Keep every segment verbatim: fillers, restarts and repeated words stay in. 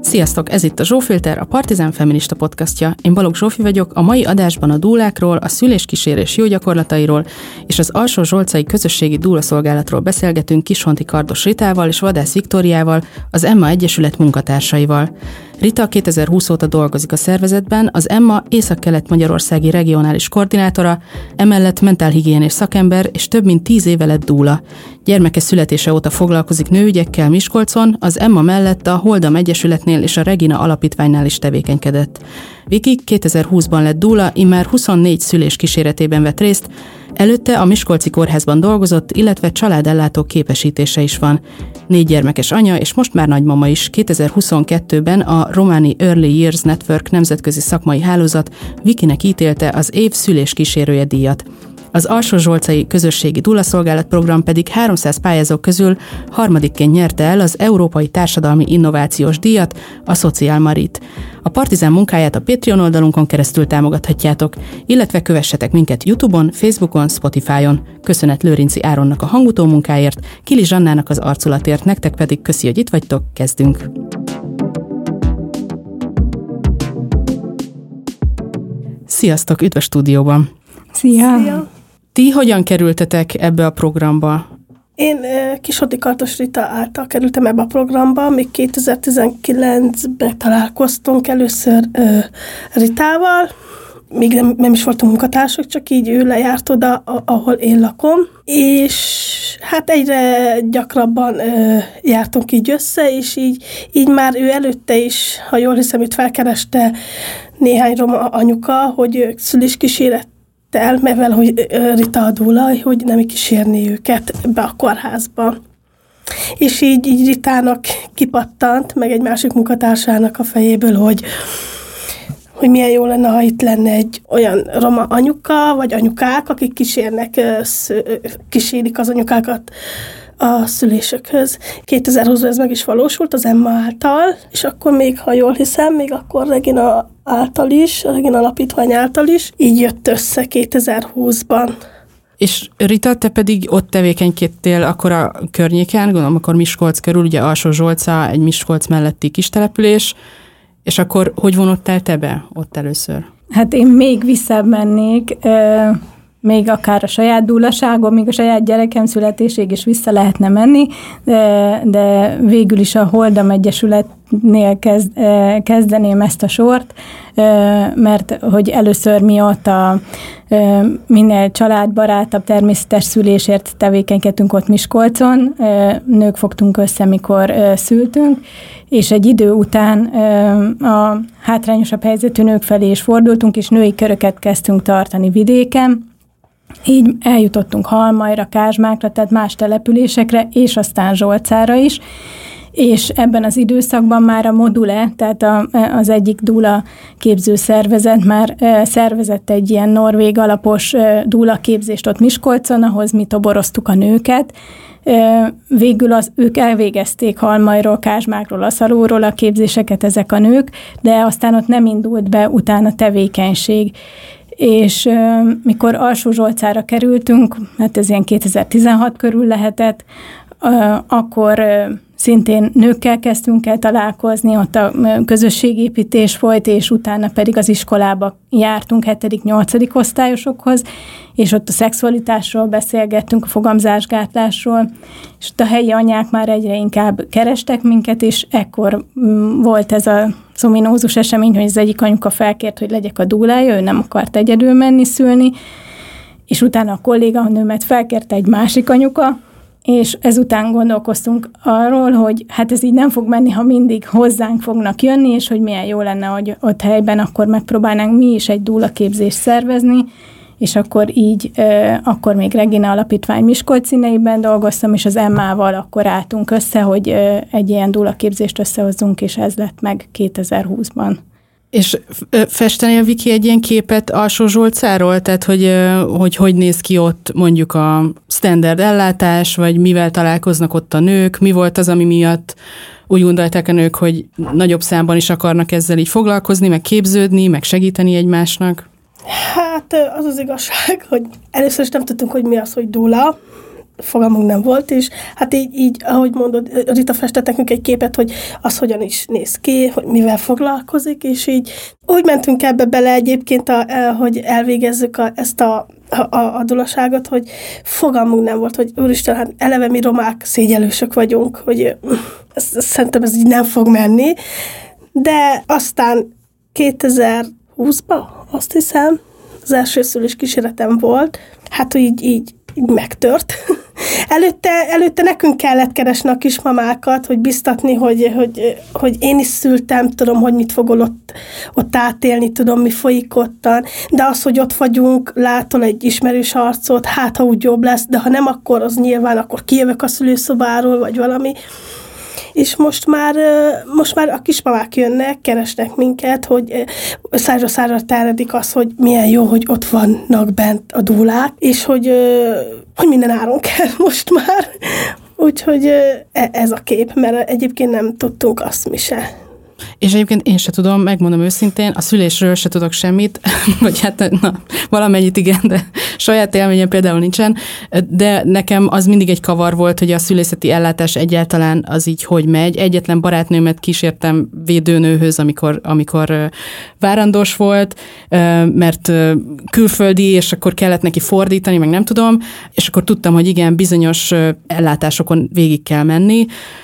Sziasztok, ez itt a Zsófilter, a Partizán feminista podcastja. Én Balogh Zsófi vagyok, a mai adásban a dúlákról, a szüléskísérés jó gyakorlatairól és az Alsó-Zsolcai Közösségi Dúlaszolgálatról beszélgetünk Kishonti Kardos Ritával és Vadász Viktóriával, az Emma Egyesület munkatársaival. Rita kétezer-húsz óta dolgozik a szervezetben, az Emma észak-kelet-magyarországi regionális koordinátora, emellett mentálhigiénés szakember és több mint tíz éve lett dúla. Gyermeke születése óta foglalkozik nőügyekkel Miskolcon, az Emma mellett a Holdam Egyesületnél és a Regina Alapítványnál is tevékenykedett. Viki kétezer-húszban lett dúla, immár huszonnégy szülés kíséretében vett részt, előtte a Miskolci Kórházban dolgozott, illetve családellátó képesítése is van. Négy gyermekes anya, és most már nagymama is. kétezer-huszonkettőben a Romani Early Years Network nemzetközi szakmai hálózat Vikinek ítélte az év szüléskísérője díjat. Az Alsó-Zsolcai Közösségi Dúlaszolgálat program pedig háromszáz pályázó közül harmadikként nyerte el az Európai Társadalmi Innovációs Díjat, a Social Marit. A Partizán munkáját a Patreon oldalunkon keresztül támogathatjátok, illetve kövessetek minket YouTube-on, Facebookon, Spotify-on. Köszönet Lőrinci Áronnak a hangutó munkáért, Kili Zsannának az arculatért, nektek pedig köszi, hogy itt vagytok, kezdünk! Sziasztok, üdv a stúdióban! Szia! Szia. Ti hogyan kerültetek ebbe a programba? Én Kishonti Kardos Rita által kerültem ebbe a programba, még kétezer-tizenkilencben találkoztunk először uh, Ritával, még nem, nem is voltunk munkatársak, csak így ő lejárt oda, ahol én lakom, és hát egyre gyakrabban uh, jártunk így össze, és így, így már ő előtte is, ha jól hiszem, őt felkereste néhány roma anyuka, hogy szüléskíséret el, mivel hogy Rita a dúla, hogy nem kísérni őket be a kórházba. És így, így Ritának kipattant, meg egy másik munkatársának a fejéből, hogy, hogy milyen jó lenne, ha itt lenne egy olyan roma anyuka, vagy anyukák, akik kísérnek, kísérik az anyukákat a szülésökhöz. kétezer-húszban ez meg is valósult az Emma által, és akkor még, ha jól hiszem, még akkor Regina által is, a Regina Alapítvány által is, így jött össze kétezer-húszban. És Rita, te pedig ott tevékenykedtél akkor a környéken, gondolom akkor Miskolc körül, ugye Alsó-Zsolca, egy Miskolc melletti kis település, és akkor hogy vonottál te be ott először? Hát én még visszább mennék, még akár a saját dúlaságom, még a saját gyerekem születéséig is vissza lehetne menni, de, de végül is a Holdam Egyesületnél kezd, kezdeném ezt a sort, mert hogy először mi ott a minél családbarátabb természetes szülésért tevékenykedtünk ott Miskolcon, nők fogtunk össze, mikor szültünk, és egy idő után a hátrányosabb helyzetű nők felé is fordultunk, és női köröket kezdtünk tartani vidéken. Így eljutottunk Halmajra, Kázsmákra, tehát más településekre, és aztán Zsolcára is, és ebben az időszakban már a Module, tehát a, az egyik dúla képző szervezet már szervezett egy ilyen norvég alapos dúla képzést ott Miskolcon, ahhoz mi toboroztuk a nőket. Végül az, ők elvégezték Halmajról, Kázsmákról, Aszalóról a képzéseket ezek a nők, de aztán ott nem indult be utána tevékenység. És uh, mikor Alsó-Zsolcára kerültünk, hát ez ilyen kétezer-tizenhat körül lehetett, uh, akkor uh, szintén nőkkel kezdtünk el találkozni, ott a uh, közösségépítés folyt, és utána pedig az iskolába jártunk hetedik-nyolcadik osztályosokhoz, és ott a szexualitásról beszélgettünk, a fogamzásgátlásról, és ott a helyi anyák már egyre inkább kerestek minket, és ekkor um, volt ez a ominózus esemény, hogy az egyik anyuka felkért, hogy legyek a dúlája, ő nem akart egyedül menni szülni, és utána a kolléganőmet felkérte egy másik anyuka, és ezután gondolkoztunk arról, hogy hát ez így nem fog menni, ha mindig hozzánk fognak jönni, és hogy milyen jó lenne, hogy ott helyben akkor megpróbálnánk mi is egy dúlaképzést szervezni, és akkor így, akkor még Regina Alapítvány Miskolc színeiben dolgoztam, és az Emmával akkor álltunk össze, hogy egy ilyen dúlaképzést összehozzunk, és ez lett meg kétezer-húszban. És festenél, Viki, egy ilyen képet Alsó-Zsolcáról? Tehát, hogy, hogy hogy néz ki ott mondjuk a standard ellátás, vagy mivel találkoznak ott a nők, mi volt az, ami miatt úgy gondolták a nők, hogy nagyobb számban is akarnak ezzel így foglalkozni, meg képződni, meg segíteni egymásnak? Hát az az igazság, hogy először is nem tudtunk, hogy mi az, hogy dúla, fogalmunk nem volt, és hát így, így, ahogy mondod, Rita festett nekünk egy képet, hogy az hogyan is néz ki, hogy mivel foglalkozik, és így úgy mentünk ebbe bele egyébként, a, hogy elvégezzük a, ezt a, a, a dulaságot, hogy fogalmunk nem volt, hogy úristen, hát eleve mi romák szégyellősök vagyunk, hogy ez, ez, szerintem ez így nem fog menni, de aztán kétezer-húszban, azt hiszem, az első szülés kísérletem volt, hát így, így, így megtört. Előtte, előtte nekünk kellett keresni a kismamákat, hogy biztatni, hogy, hogy, hogy én is szültem, tudom, hogy mit fogol ott, ott átélni, tudom, mi folyik ottan, de az, hogy ott vagyunk, látol egy ismerős arcot, hát ha úgy jobb lesz, de ha nem, akkor az nyilván, akkor kijövök a szülőszobáról, vagy valami. És most már, most már a kismamák jönnek, keresnek minket, hogy szárra szárra terjedik az, hogy milyen jó, hogy ott vannak bent a dúlák, és hogy, hogy minden áron kell most már. Úgyhogy ez a kép, mert egyébként nem tudtunk azt mi se. És egyébként én se tudom, megmondom őszintén, a szülésről se tudok semmit, vagy hát na, valamennyit igen, de saját élményem például nincsen, de nekem az mindig egy kavar volt, hogy a szülészeti ellátás egyáltalán az így hogy megy. Egyetlen barátnőmet kísértem védőnőhöz, amikor, amikor várandós volt, mert külföldi, és akkor kellett neki fordítani, meg nem tudom, és akkor tudtam, hogy igen, bizonyos ellátásokon végig kell menni,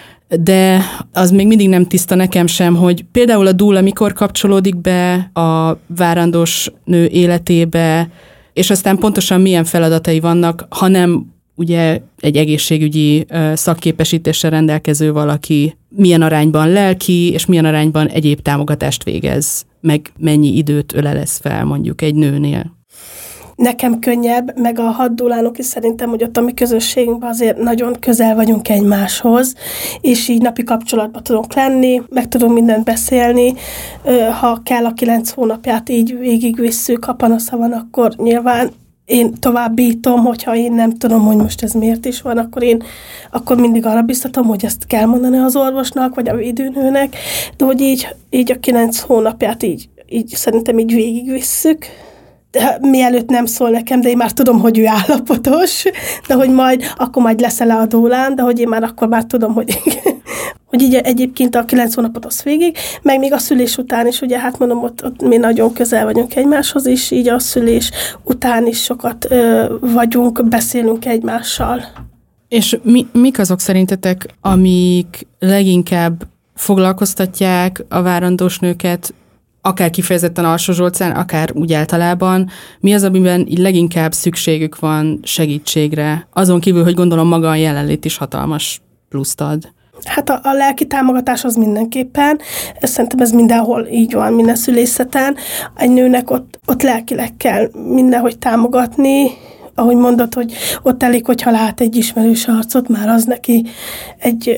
de az még mindig nem tiszta nekem sem, hogy például a dúla mikor kapcsolódik be a várandós nő életébe, és aztán pontosan milyen feladatai vannak, ha nem ugye egy egészségügyi szakképesítéssel rendelkező valaki milyen arányban lelki, és milyen arányban egyéb támogatást végez, meg mennyi időt ölelez fel mondjuk egy nőnél. Nekem könnyebb, meg a hat dúlánok is szerintem, hogy ott a mi közösségünkben azért nagyon közel vagyunk egymáshoz, és így napi kapcsolatban tudunk lenni, meg tudunk mindent beszélni. Ha kell a kilenc hónapját így végigvisszük, ha panasza van, akkor nyilván én továbbítom, hogyha én nem tudom, hogy most ez miért is van, akkor én akkor mindig arra biztatom, hogy ezt kell mondani az orvosnak, vagy a védőnőnek, de hogy így, így a kilenc hónapját így, így szerintem így végigvisszük. Mielőtt nem szól nekem, de én már tudom, hogy ő állapotos, de hogy majd, akkor majd leszel-e a dúlán, de hogy én már akkor már tudom, hogy, hogy így egyébként a kilenc hónapot az végig, meg még a szülés után is, ugye hát mondom, ott, ott mi nagyon közel vagyunk egymáshoz, és így a szülés után is sokat ö, vagyunk, beszélünk egymással. És mi, mik azok szerintetek, amik leginkább foglalkoztatják a várandós nőket, akár kifejezetten Alsó-Zsolcán, akár úgy általában, mi az, amiben így leginkább szükségük van segítségre? Azon kívül, hogy gondolom maga a jelenlét is hatalmas pluszt ad. Hát a, a lelki támogatás az mindenképpen, szerintem ez mindenhol így van, minden szülészeten. Egy nőnek ott, ott lelkileg kell mindenhogy támogatni, ahogy mondod, hogy ott elég, hogyha lát egy ismerős arcot, már az neki egy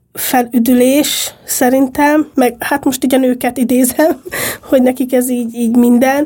felüdülés szerintem, meg hát most így a nőket idézem, hogy nekik ez így, így minden,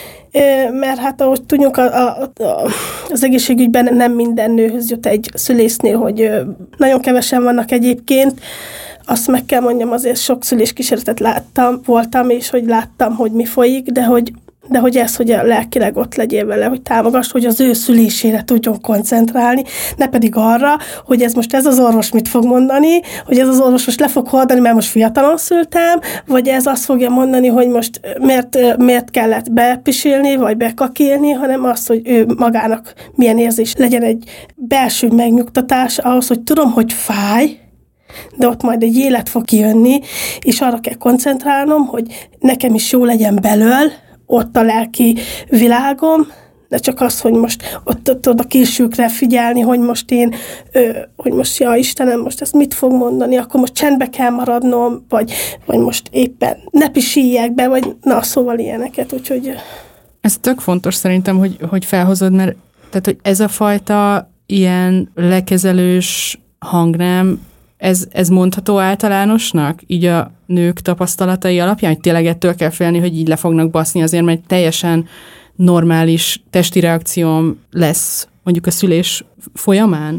mert hát ahogy tudjuk, a, a, a, az egészségügyben nem minden nőhöz jut egy szülésznél, hogy nagyon kevesen vannak egyébként, azt meg kell mondjam, azért sok szüléskísérletet láttam, voltam, és hogy láttam, hogy mi folyik, de hogy de hogy ez, hogy a lelkileg ott legyél vele, hogy támogass, hogy az ő szülésére tudjon koncentrálni, ne pedig arra, hogy ez most ez az orvos mit fog mondani, hogy ez az orvos most le fog hordani, mert most fiatalon szültem, vagy ez azt fogja mondani, hogy most miért, miért kellett bepisilni, vagy bekakélni, hanem az, hogy ő magának milyen érzés legyen egy belső megnyugtatás ahhoz, hogy tudom, hogy fáj, de ott majd egy élet fog kijönni, és arra kell koncentrálnom, hogy nekem is jó legyen belől, ott a lelki világom, de csak az, hogy most ott, ott, ott a későkre figyelni, hogy most én, ö, hogy most, ja Istenem, most ezt mit fog mondani, akkor most csendbe kell maradnom, vagy, vagy most éppen ne pisíljek be, vagy na, szóval ilyeneket, úgyhogy... Ez tök fontos szerintem, hogy, hogy felhozod, mert tehát, hogy ez a fajta ilyen lekezelős hangnám, Ez, ez mondható általánosnak, így a nők tapasztalatai alapján, hogy tényleg ettől kell félni, hogy így le fognak baszni azért, mert teljesen normális testi reakcióm lesz mondjuk a szülés folyamán?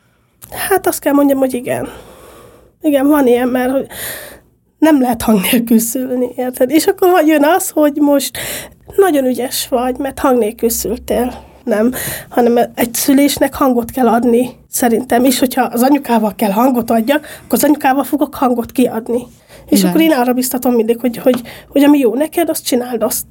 Hát azt kell mondjam, hogy igen. Igen, van ilyen, mert hogy nem lehet hang nélkül szülni, érted? És akkor vagy jön az, hogy most nagyon ügyes vagy, mert hang nélkül szültél. nem, hanem egy szülésnek hangot kell adni, szerintem. És hogyha az anyukával kell hangot adjak, akkor az anyukával fogok hangot kiadni. És Lát. akkor én arra biztatom mindig, hogy, hogy, hogy ami jó neked, azt csináld azt.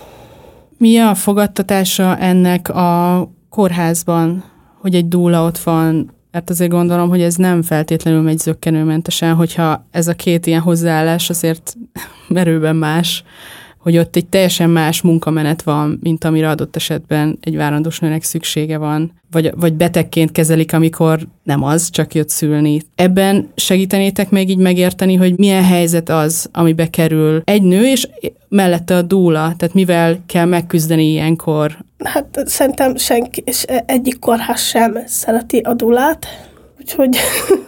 Mi a fogadtatása ennek a kórházban, hogy egy dúla ott van? Hát azért gondolom, hogy ez nem feltétlenül megy zökkenőmentesen, hogyha ez a két ilyen hozzáállás azért merőben más, hogy ott egy teljesen más munkamenet van, mint amire adott esetben egy várandós nőnek szüksége van, vagy, vagy betegként kezelik, amikor nem az, csak jött szülni. Ebben segítenétek még így megérteni, hogy milyen helyzet az, amibe kerül egy nő, és mellette a dúla, tehát mivel kell megküzdeni ilyenkor? Hát szerintem senki, és egyik kórház sem szereti a dúlát, úgyhogy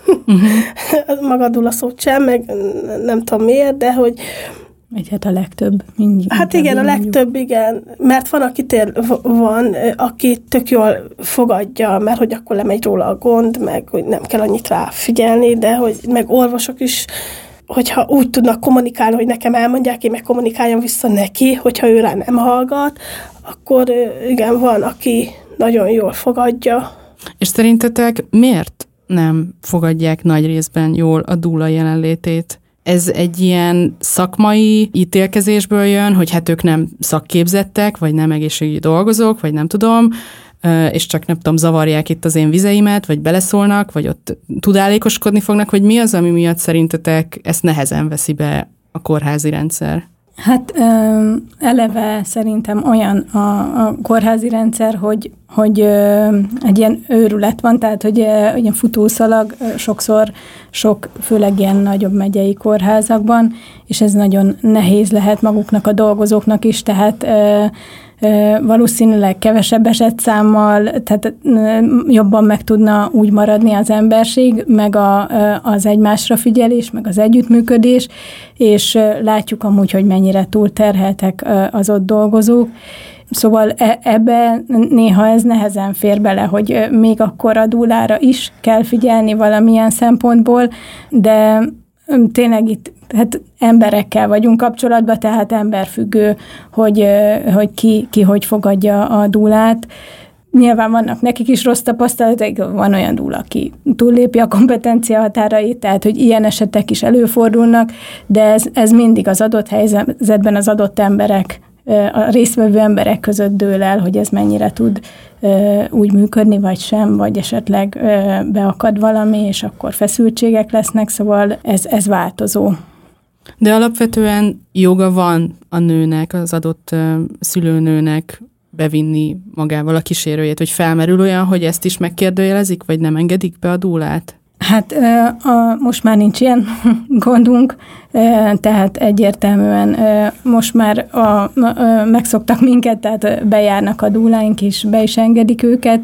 uh-huh. maga a dúla szót sem, meg nem tudom miért, de hogy Egy hát a legtöbb. Mindjárt, hát igen, a legtöbb, igen. Mert van, aki tér, van, aki tök jól fogadja, mert hogy akkor lemegy róla a gond, meg hogy nem kell annyit rá figyelni, de hogy meg orvosok is, hogyha úgy tudnak kommunikálni, hogy nekem elmondják, én meg kommunikáljam vissza neki, hogyha ő rá nem hallgat, akkor igen, van, aki nagyon jól fogadja. És szerintetek miért nem fogadják nagy részben jól a dúla jelenlétét? Ez egy ilyen szakmai ítélkezésből jön, hogy hát ők nem szakképzettek, vagy nem egészségügyi dolgozók, vagy nem tudom, és csak nem tudom, zavarják itt az én vizeimet, vagy beleszólnak, vagy ott tudálékoskodni fognak, hogy mi az, ami miatt szerintetek ezt nehezen veszi be a kórházi rendszer? Hát ö, eleve szerintem olyan a, a kórházi rendszer, hogy, hogy ö, egy ilyen őrület van, tehát hogy ö, ilyen futószalag ö, sokszor sok, főleg ilyen nagyobb megyei kórházakban, és ez nagyon nehéz lehet maguknak a dolgozóknak is, tehát ö, valószínűleg kevesebb esetszámmal, tehát jobban meg tudna úgy maradni az emberség, meg a, az egymásra figyelés, meg az együttműködés, és látjuk amúgy, hogy mennyire túlterheltek az ott dolgozók. Szóval ebbe néha ez nehezen fér bele, hogy még akkor a dúlára is kell figyelni valamilyen szempontból, de tényleg itt hát emberekkel vagyunk kapcsolatban, tehát emberfüggő, hogy, hogy ki, ki hogy fogadja a dúlát. Nyilván vannak nekik is rossz tapasztalatok, van olyan dúla, aki túllépi a kompetencia határait, tehát hogy ilyen esetek is előfordulnak, de ez, ez mindig az adott helyzetben az adott emberek, a résztvevő emberek között dől el, hogy ez mennyire tud úgy működni, vagy sem, vagy esetleg beakad valami, és akkor feszültségek lesznek, szóval ez, ez változó. De alapvetően joga van a nőnek, az adott szülőnőnek bevinni magával a kísérőjét, hogy felmerül olyan, hogy ezt is megkérdőjelezik, vagy nem engedik be a dúlát? Hát a, most már nincs ilyen gondunk, tehát egyértelműen most már a, a, megszoktak minket, tehát bejárnak a dúláink is, be is engedik őket.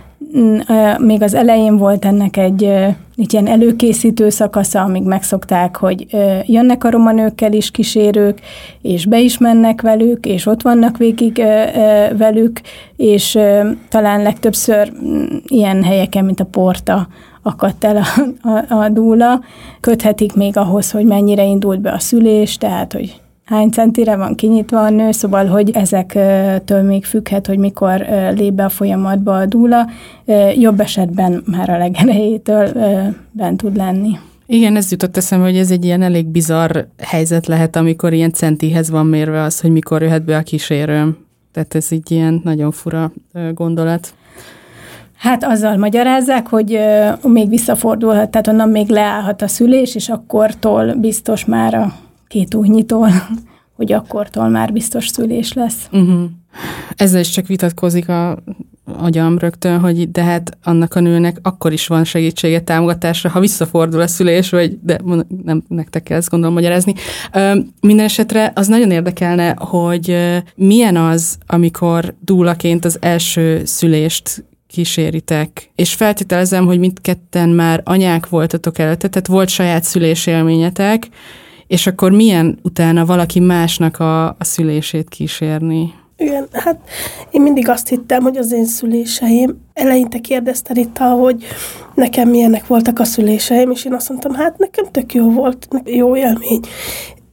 Még az elején volt ennek egy, egy ilyen előkészítő szakasza, amíg megszokták, hogy jönnek a roma nőkkel is kísérők, és be is mennek velük, és ott vannak végig velük, és talán legtöbbször ilyen helyeken, mint a Porta, akadt el a, a, a dúla. Köthetik még ahhoz, hogy mennyire indult be a szülés, tehát, hogy hány centire van kinyitva a nő, szóval, hogy ezektől még függhet, hogy mikor lép be a folyamatba a dúla. Jobb esetben már a legelejétől bent tud lenni. Igen, ez jutott eszembe, hogy ez egy ilyen elég bizarr helyzet lehet, amikor ilyen centihez van mérve az, hogy mikor jöhet be a kísérőm. Tehát ez így ilyen nagyon fura gondolat. Hát azzal magyarázzák, hogy uh, még visszafordulhat, tehát onnan még leállhat a szülés, és akkortól biztos már a két újnyitól, hogy akkortól már biztos szülés lesz. Uh-huh. Ezzel is csak vitatkozik a agyam rögtön, hogy de hát annak a nőnek akkor is van segítsége, támogatásra, ha visszafordul a szülés, vagy de nem nektek kell ezt gondolom magyarázni. Minden esetre az nagyon érdekelne, hogy milyen az, amikor dúlaként az első szülést kíséritek, és feltételezem, hogy mindketten már anyák voltatok előtte, tehát volt saját szülésélményetek, és akkor milyen utána valaki másnak a, a szülését kísérni? Igen, hát én mindig azt hittem, hogy az én szüléseim, eleinte kérdezte Rita, hogy nekem milyenek voltak a szüléseim, és én azt mondtam, hát nekem tök jó volt, jó élmény.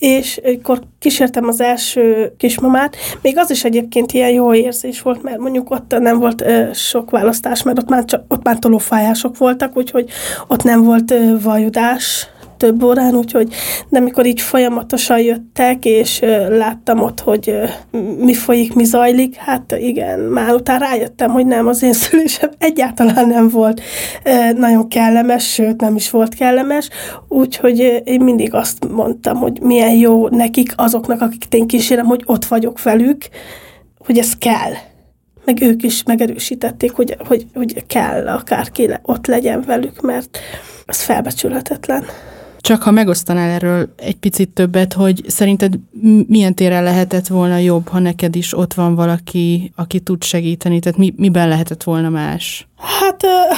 és akkor kísértem az első kismamát. Még az is egyébként ilyen jó érzés volt, mert mondjuk ott nem volt ö, sok választás, mert ott már, csak, ott már tolófájások voltak, úgyhogy ott nem volt ö, vajudás több órán, úgyhogy, de amikor így folyamatosan jöttek, és ö, láttam ott, hogy ö, mi folyik, mi zajlik, hát igen, már utána rájöttem, hogy nem, az én szülésem egyáltalán nem volt ö, nagyon kellemes, sőt, nem is volt kellemes, úgyhogy ö, én mindig azt mondtam, hogy milyen jó nekik, azoknak, akiket én kísérem, hogy ott vagyok velük, hogy ez kell. Meg ők is megerősítették, hogy, hogy, hogy kell akárki ott legyen velük, mert ez felbecsülhetetlen. Csak ha megosztanál erről egy picit többet, hogy szerinted milyen téren lehetett volna jobb, ha neked is ott van valaki, aki tud segíteni? Tehát mi, miben lehetett volna más? Hát,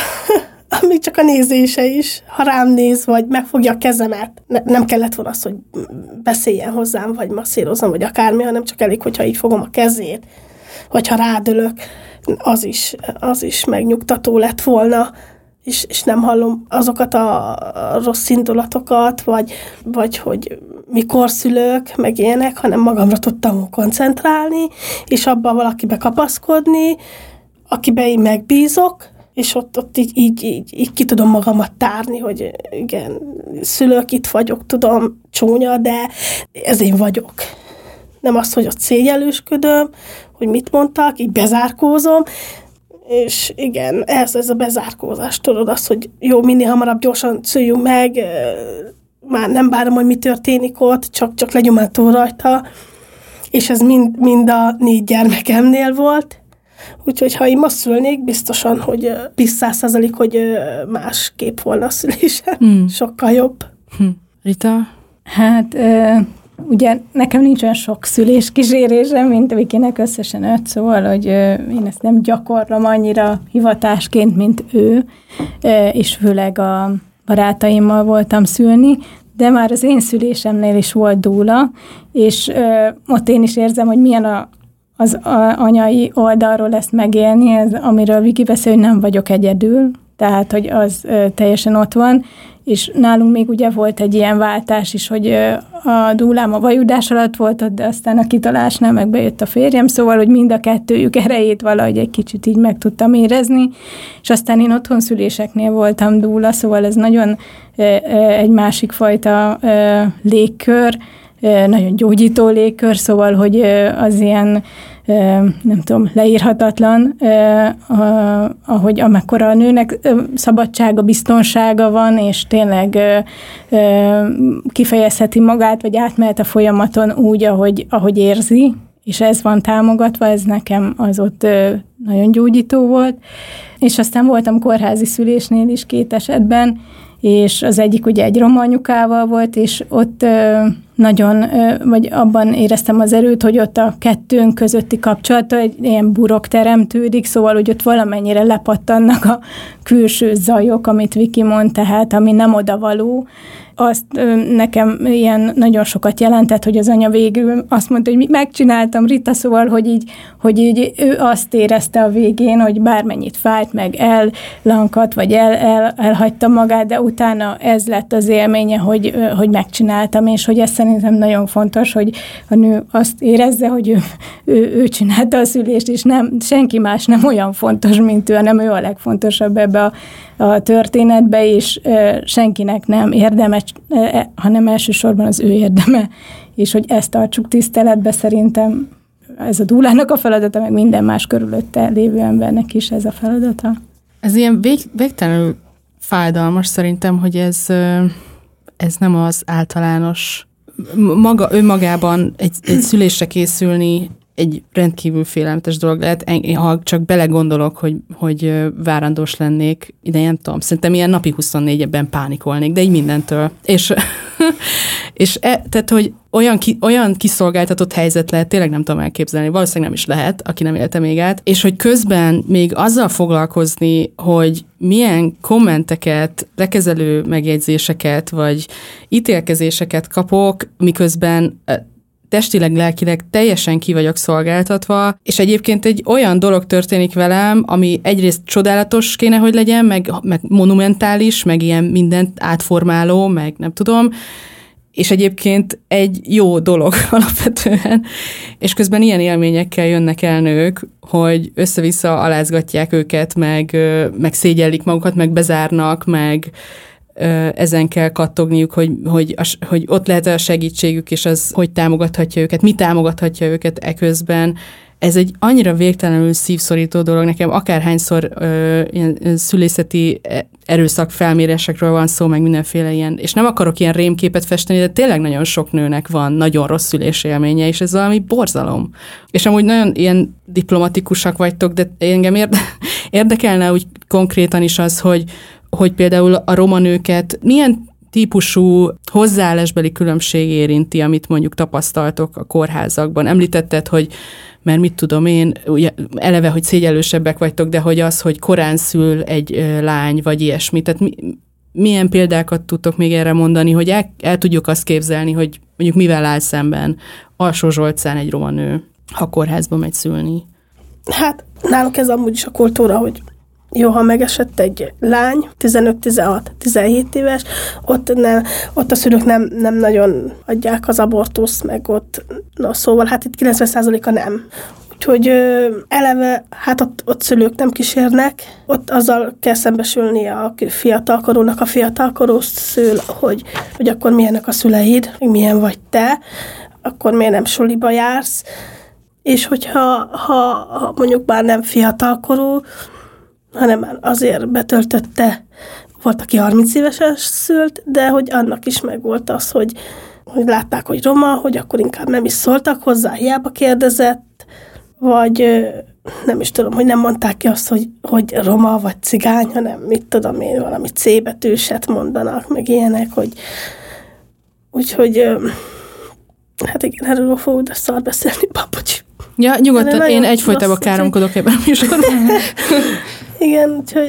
még csak a nézése is. Ha rám néz, vagy megfogja a kezemet, ne, nem kellett volna az, hogy beszéljen hozzám, vagy masszírozzam, vagy akármi, hanem csak elég, hogyha így fogom a kezét, vagy ha rádölök, az is, az is megnyugtató lett volna. És, és nem hallom azokat a rossz indulatokat, vagy, vagy hogy mikor szülök, meg ilyenek, hanem magamra tudtam koncentrálni, és abban valakibe kapaszkodni, akibe én megbízok, és ott, ott így, így, így, így ki tudom magamat tárni, hogy igen, szülök, itt vagyok, tudom, csúnya, de ez én vagyok. Nem az, hogy ott szégyellősködöm, hogy mit mondtak, így bezárkózom, és igen, ez, ez a bezárkózás, tudod, az, hogy jó, minél hamarabb gyorsan szüljünk meg, már nem várom, hogy mi történik ott, csak, csak legyünk már túl rajta, és ez mind, mind a négy gyermekemnél volt, úgyhogy ha én most szülnék, biztosan, hogy száz százalék, hogy másképp volna a szülésem, hmm. sokkal jobb. Hmm. Rita? Hát... Uh... Ugye nekem nincs olyan sok szüléskísérésem, mint Vikinek összesen öt, szóval, hogy én ezt nem gyakorlom annyira hivatásként, mint ő, és főleg a barátaimmal voltam szülni, de már az én szülésemnél is volt dúla, és ott én is érzem, hogy milyen a, az a, anyai oldalról ezt megélni, ez, amiről Viki beszél, hogy nem vagyok egyedül, tehát, hogy az teljesen ott van, és nálunk még ugye volt egy ilyen váltás is, hogy a dúlám a vajudás alatt volt ott, de aztán a kitalásnál meg bejött a férjem, szóval, hogy mind a kettőjük erejét valahogy egy kicsit így meg tudtam érezni, és aztán én otthon szüléseknél voltam dúla, szóval ez nagyon egy másik fajta légkör, nagyon gyógyító légkör, szóval, hogy az ilyen nem tudom, leírhatatlan, ahogy amekkora a nőnek szabadsága, biztonsága van, és tényleg kifejezheti magát, vagy átmehet a folyamaton úgy, ahogy, ahogy érzi, és ez van támogatva, ez nekem az ott nagyon gyógyító volt. És aztán voltam kórházi szülésnél is két esetben, és az egyik ugye egy roma anyukával volt, és ott nagyon, vagy abban éreztem az erőt, hogy ott a kettőnk közötti kapcsolata egy ilyen burok teremtődik, szóval, hogy ott valamennyire lepattannak a külső zajok, amit Viki mond, tehát ami nem odavaló. Azt nekem ilyen nagyon sokat jelentett, hogy az anya végül azt mondta, hogy megcsináltam, Rita, szóval, hogy így, hogy így ő azt érezte a végén, hogy bármennyit fájt, meg ellankadt, vagy el, el, elhagyta magát, de utána ez lett az élménye, hogy, hogy megcsináltam, és hogy ez szerintem nagyon fontos, hogy a nő azt érezze, hogy ő, ő, ő csinálta a szülést, és nem, senki más nem olyan fontos, mint ő, hanem ő a legfontosabb ebbe a, a történetbe, és e, senkinek nem érdemes, e, hanem elsősorban az ő érdeme, és hogy ezt tartsuk tiszteletbe, szerintem ez a dúlának a feladata, meg minden más körülötte lévő embernek is ez a feladata. Ez ilyen vég, végtelenül fájdalmas szerintem, hogy ez, ez nem az általános, maga, önmagában egy, egy szülésre készülni egy rendkívül félelmetes dolog lehet. Ha csak belegondolok, hogy, hogy várandós lennék, ide nem tudom, szerintem ilyen napi huszonnégyben pánikolnék, de így mindentől. És, és e, tehát, hogy olyan, ki, olyan kiszolgáltatott helyzet lehet, tényleg nem tudom elképzelni, valószínűleg nem is lehet, aki nem élte még át, és hogy közben még azzal foglalkozni, hogy milyen kommenteket, lekezelő megjegyzéseket, vagy ítélkezéseket kapok, miközben testileg, lelkileg teljesen ki vagyok szolgáltatva, és egyébként egy olyan dolog történik velem, ami egyrészt csodálatos kéne, hogy legyen, meg, meg monumentális, meg ilyen mindent átformáló, meg nem tudom, és egyébként egy jó dolog alapvetően, és közben ilyen élményekkel jönnek el nők, hogy össze-vissza alázgatják őket, meg, meg szégyellik magukat, meg bezárnak, meg ezen kell kattogniuk, hogy, hogy, hogy ott lehet a segítségük, és az hogy támogathatja őket, mi támogathatja őket eközben. Ez egy annyira végtelenül szívszorító dolog nekem, akárhányszor ö, ilyen szülészeti erőszakfelmérésekről van szó, meg mindenféle ilyen, és nem akarok ilyen rémképet festeni, de tényleg nagyon sok nőnek van nagyon rossz szülésélménye, és ez valami borzalom. És amúgy nagyon ilyen diplomatikusak vagytok, de engem érde, érdekelne úgy konkrétan is az, hogy, hogy például a roma nőket milyen típusú hozzáállásbeli különbség érinti, amit mondjuk tapasztaltok a kórházakban. Említetted, hogy mert mit tudom én, ugye eleve, hogy szégyellősebbek vagytok, de hogy az, hogy korán szül egy lány, vagy ilyesmi. Tehát mi, milyen példákat tudtok még erre mondani, hogy el, el tudjuk azt képzelni, hogy mondjuk mivel áll szemben Alsó Zsolcán egy roma nő, ha kórházba megy szülni? Hát nálunk ez amúgy is a kultúra, hogy jó, ha megesett egy lány, tizenöt, tizenhat, tizenhét éves, ott, nem, ott a szülők nem, nem nagyon adják az abortuszt, meg ott, na szóval hát itt kilencven százaléka nem. Úgyhogy ö, eleve, hát ott, ott szülők nem kísérnek, ott azzal kell szembesülni a fiatalkorúnak, a fiatalkorú szül, hogy, hogy akkor milyenek a szüleid, milyen vagy te, akkor miért nem suliba jársz, és hogyha ha, ha mondjuk már nem fiatalkorú, hanem már azért betöltötte, volt, aki harminc évesen szült, de hogy annak is megvolt az, hogy, hogy látták, hogy roma, hogy akkor inkább nem is szóltak hozzá, hiába kérdezett, vagy nem is tudom, hogy nem mondták ki azt, hogy, hogy roma vagy cigány, hanem mit tudom én, valami C betűset mondanak, meg ilyenek, hogy úgyhogy hát igen, erről fogok de szar beszélni, papocsi. Ja, nyugodtan, én egyfolytában káromkodok ebben a műsorban. Igen, úgyhogy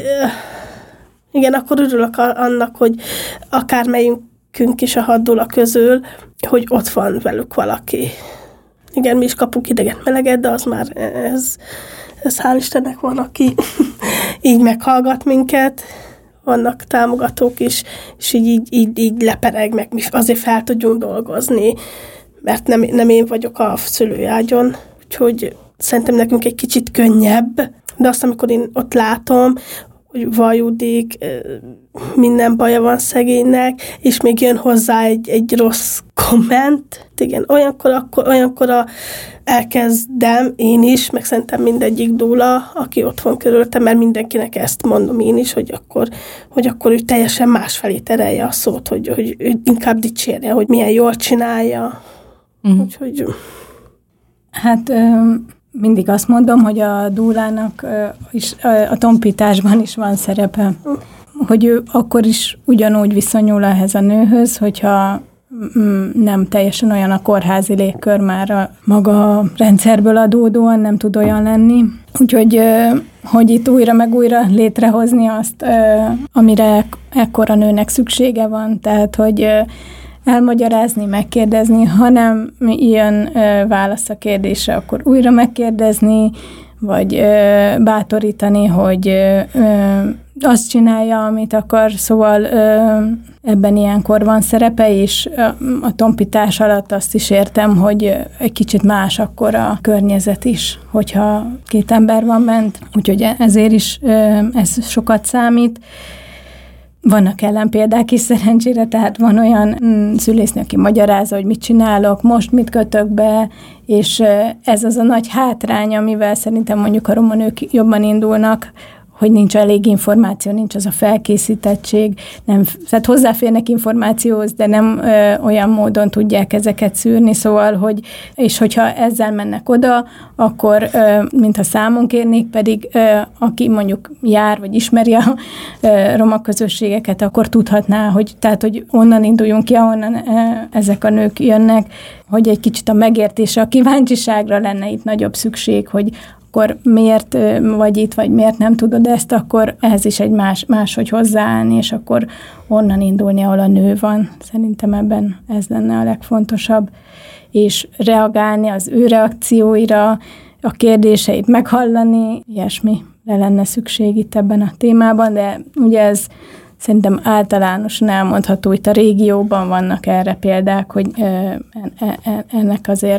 igen, akkor örülök annak, hogy akármelyikünk is a hat dula közül, hogy ott van velük valaki. Igen, mi is kapunk idegen meleget, de az már ez, ez hál' Istennek van, aki így meghallgat minket, vannak támogatók is, és így, így, így, így lepereg, meg mi azért fel tudjunk dolgozni, mert nem, nem én vagyok a szülőágyon, úgyhogy szerintem nekünk egy kicsit könnyebb, de azt, amikor én ott látom, hogy vajudik, minden baja van szegénynek, és még jön hozzá egy, egy rossz komment. Igen, olyankor, akkor, olyankor a, elkezdem én is, meg szerintem mindegyik dúla, aki ott van körülöttem, mert mindenkinek ezt mondom én is, hogy akkor, hogy akkor ő teljesen másfelé terelje a szót, hogy, hogy ő inkább dicsérje, hogy milyen jól csinálja. Uh-huh. Úgyhogy... Hát... Um... Mindig azt mondom, hogy a dúlának is, a tompításban is van szerepe. Hogy ő akkor is ugyanúgy viszonyul ehhez a nőhöz, hogyha nem teljesen olyan a kórházi légkör, már a maga rendszerből adódóan nem tud olyan lenni. Úgyhogy hogy itt újra meg újra létrehozni azt, amire ekkora nőnek szüksége van. Tehát, hogy elmagyarázni, megkérdezni, ha nem ilyen ö, válasz a kérdésre, akkor újra megkérdezni, vagy ö, bátorítani, hogy ö, ö, azt csinálja, amit akar, szóval ö, ebben ilyenkor van szerepe, és a, a tompítás alatt azt is értem, hogy egy kicsit más akkor a környezet is, hogyha két ember van bent, úgyhogy ezért is ö, ez sokat számít. Vannak ellenpéldák is szerencsére, tehát van olyan mm, szülésznő, aki magyarázza, hogy mit csinálok, most mit kötök be, és ez az a nagy hátrány, amivel szerintem mondjuk a roma nők jobban indulnak, hogy nincs elég információ, nincs az a felkészítettség, nem, tehát hozzáférnek információhoz, de nem ö, olyan módon tudják ezeket szűrni, szóval, hogy, és hogyha ezzel mennek oda, akkor, ö, mintha számon kérnék, pedig ö, aki mondjuk jár, vagy ismeri a ö, roma közösségeket, akkor tudhatná, hogy, tehát, hogy onnan induljunk ki, ahonnan ö, ezek a nők jönnek, hogy egy kicsit a megértése, a kíváncsiságra lenne itt nagyobb szükség, hogy akkor miért vagy itt, vagy miért nem tudod ezt, akkor ehhez is egy más, máshogy hozzáállni, és akkor onnan indulni, ahol a nő van. Szerintem ebben ez lenne a legfontosabb. És reagálni az ő reakcióira, a kérdéseit meghallani, ilyesmire lenne szükség itt ebben a témában, de ugye ez szerintem általánosan elmondható, itt a régióban vannak erre példák, hogy ennek azért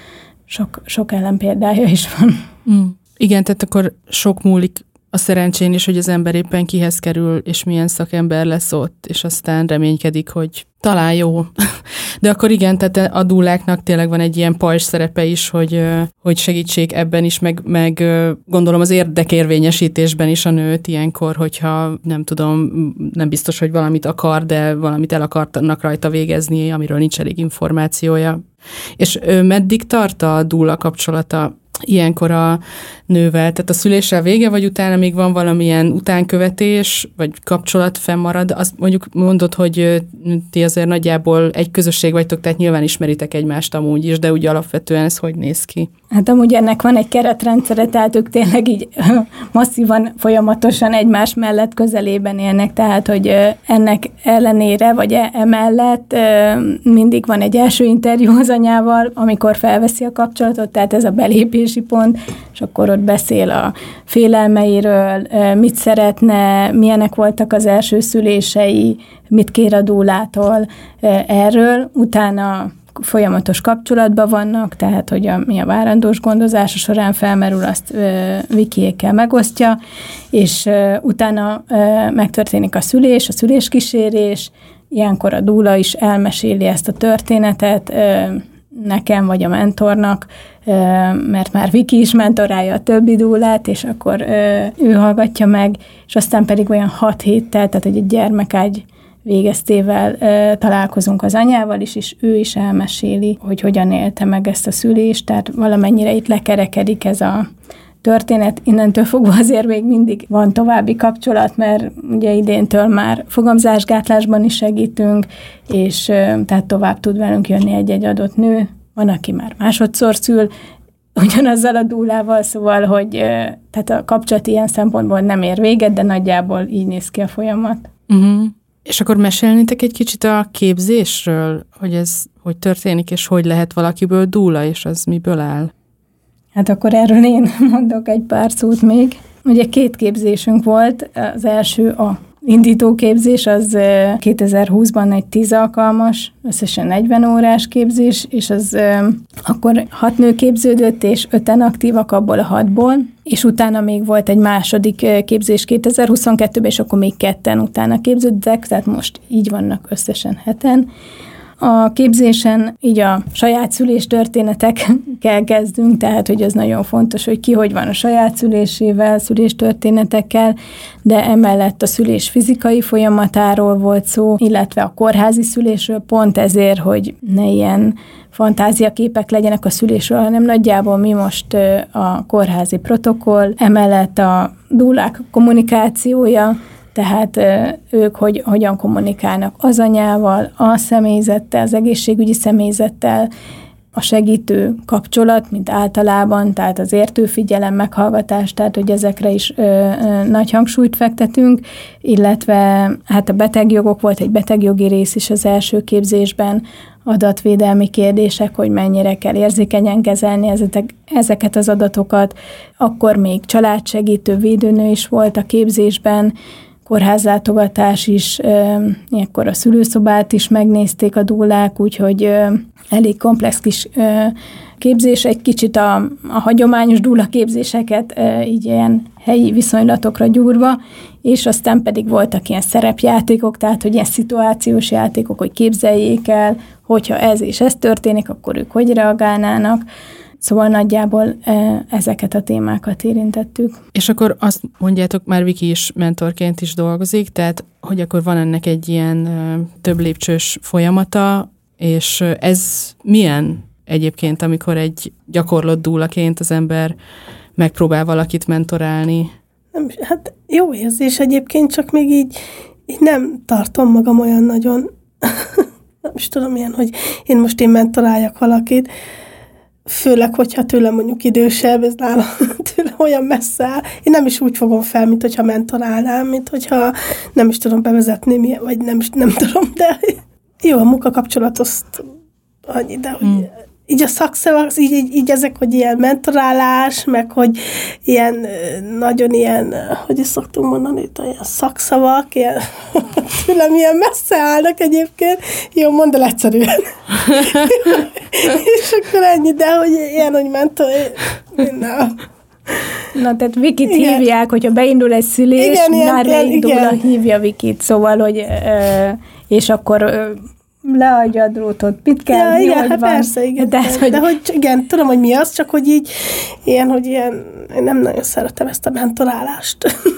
sok, sok ellenpéldája is van. Mm. Igen, tehát akkor sok múlik a szerencsén is, hogy az ember éppen kihez kerül, és milyen szakember lesz ott, és aztán reménykedik, hogy talán jó. De akkor igen, tehát a dúláknak tényleg van egy ilyen pajzs szerepe is, hogy, hogy segítsék ebben is, meg, meg gondolom az érdekérvényesítésben is a nőt ilyenkor, hogyha nem tudom, nem biztos, hogy valamit akar, de valamit el akarnak rajta végezni, amiről nincs elég információja. És meddig tart a dúla kapcsolata ilyenkor a nővel? Tehát a szüléssel vége, vagy utána még van valamilyen utánkövetés, vagy kapcsolat fennmarad? Azt mondjuk mondod, hogy ti azért nagyjából egy közösség vagytok, tehát nyilván ismeritek egymást amúgy is, de úgy alapvetően ez hogy néz ki? Hát amúgy ennek van egy keretrendszere, tehát ők tényleg így masszívan, folyamatosan egymás mellett közelében élnek, tehát hogy ennek ellenére, vagy emellett mindig van egy első interjú az anyával, amikor felveszi a kapcsolatot, tehát ez a belépési pont, és akkor ott beszél a félelmeiről, mit szeretne, milyenek voltak az első szülései, mit kér a dúlától erről, utána folyamatos kapcsolatban vannak, tehát hogy a, mi a várandós gondozása során felmerül, azt ö, Vikiékkel megosztja, és ö, utána ö, megtörténik a szülés, a szüléskísérés, ilyenkor a dúla is elmeséli ezt a történetet ö, nekem vagy a mentornak, ö, mert már Viki is mentorálja a többi dúlát, és akkor ö, ő hallgatja meg, és aztán pedig olyan hat héttel, tehát hogy egy gyermekágy végeztével e, találkozunk az anyával is, és ő is elmeséli, hogy hogyan élte meg ezt a szülést, tehát valamennyire itt lekerekedik ez a történet. Innentől fogva azért még mindig van további kapcsolat, mert ugye idéntől már fogamzásgátlásban is segítünk, és e, tehát tovább tud velünk jönni egy-egy adott nő. Van, aki már másodszor szül, ugyanazzal a dúlával, szóval, hogy e, tehát a kapcsolat ilyen szempontból nem ér véget, de nagyjából így néz ki a folyamat. Uh-huh. És akkor mesélnétek egy kicsit a képzésről, hogy ez hogy történik, és hogy lehet valakiből dúla, és az miből áll? Hát akkor erről én mondok egy pár szót még. Ugye két képzésünk volt, az első a indítóképzés, az kétezer-húszban egy tíz alkalmas, összesen negyven órás képzés, és az akkor hat nő képződött, és öten aktívak abból a hatból, és utána még volt egy második képzés kétezer-huszonkettőben, és akkor még ketten utána képződtek, tehát most így vannak összesen heten. A képzésen így a saját szülés történetekkel kezdünk, tehát hogy az nagyon fontos, hogy ki hogy van a saját szülésével, szüléstörténetekkel, de emellett a szülés fizikai folyamatáról volt szó, illetve a kórházi szülésről, pont ezért, hogy ne ilyen fantáziaképek legyenek a szülésről, hanem nagyjából mi most a kórházi protokoll, emellett a dúlák kommunikációja, tehát ők hogy, hogyan kommunikálnak az anyával, a személyzettel, az egészségügyi személyzettel, a segítő kapcsolat, mint általában, tehát az értő figyelem, meghallgatás, tehát hogy ezekre is ö, ö, nagy hangsúlyt fektetünk, illetve hát a betegjogok, volt egy betegjogi rész is az első képzésben, adatvédelmi kérdések, hogy mennyire kell érzékenyen kezelni ezek, ezeket az adatokat. Akkor még családsegítő, védőnő is volt a képzésben, kórházlátogatás is, ilyenkor a szülőszobát is megnézték a dúlák, úgyhogy elég komplex kis képzés, egy kicsit a, a hagyományos dúla képzéseket így ilyen helyi viszonylatokra gyúrva, és aztán pedig voltak ilyen szerepjátékok, tehát hogy ilyen szituációs játékok, hogy képzeljék el, hogyha ez és ez történik, akkor ők hogy reagálnának. Szóval nagyjából ezeket a témákat érintettük. És akkor azt mondjátok, már Viki is mentorként is dolgozik, tehát hogy akkor van ennek egy ilyen több lépcsős folyamata, és ez milyen egyébként, amikor egy gyakorlott dúlaként az ember megpróbál valakit mentorálni? Nem, hát jó érzés egyébként, csak még így, így nem tartom magam olyan nagyon, nem is tudom ilyen, hogy én most én mentoráljak valakit, főleg, hogyha tőlem mondjuk idősebb, ez nálam tőlem olyan messze áll. Én nem is úgy fogom fel, mint hogyha mentorálnám, mint hogyha nem is tudom bevezetni, vagy nem is nem tudom, de jó, a munkakapcsolat azt annyi, de hogy hmm. így a szakszavak, így, így, így ezek, hogy ilyen mentorálás, meg hogy ilyen nagyon ilyen, hogy is szoktunk mondani, itt ilyen szakszavak, ilyen tőlem ilyen messze állnak egyébként. Jó, mondd el egyszerűen. És akkor ennyi, de hogy ilyen, hogy mentor, minden. Na, tehát Vikit igen. hívják, hogyha beindul egy szülés, igen, már beindul, hívja Vikit, szóval, hogy és akkor leadja a drótot, mit kell, ja, mi, igen, hogy hát van. persze, igen. De, de, hogy... de hogy igen, tudom, hogy mi az, csak hogy így, ilyen, hogy ilyen, én nem nagyon szeretem ezt a mentorálást.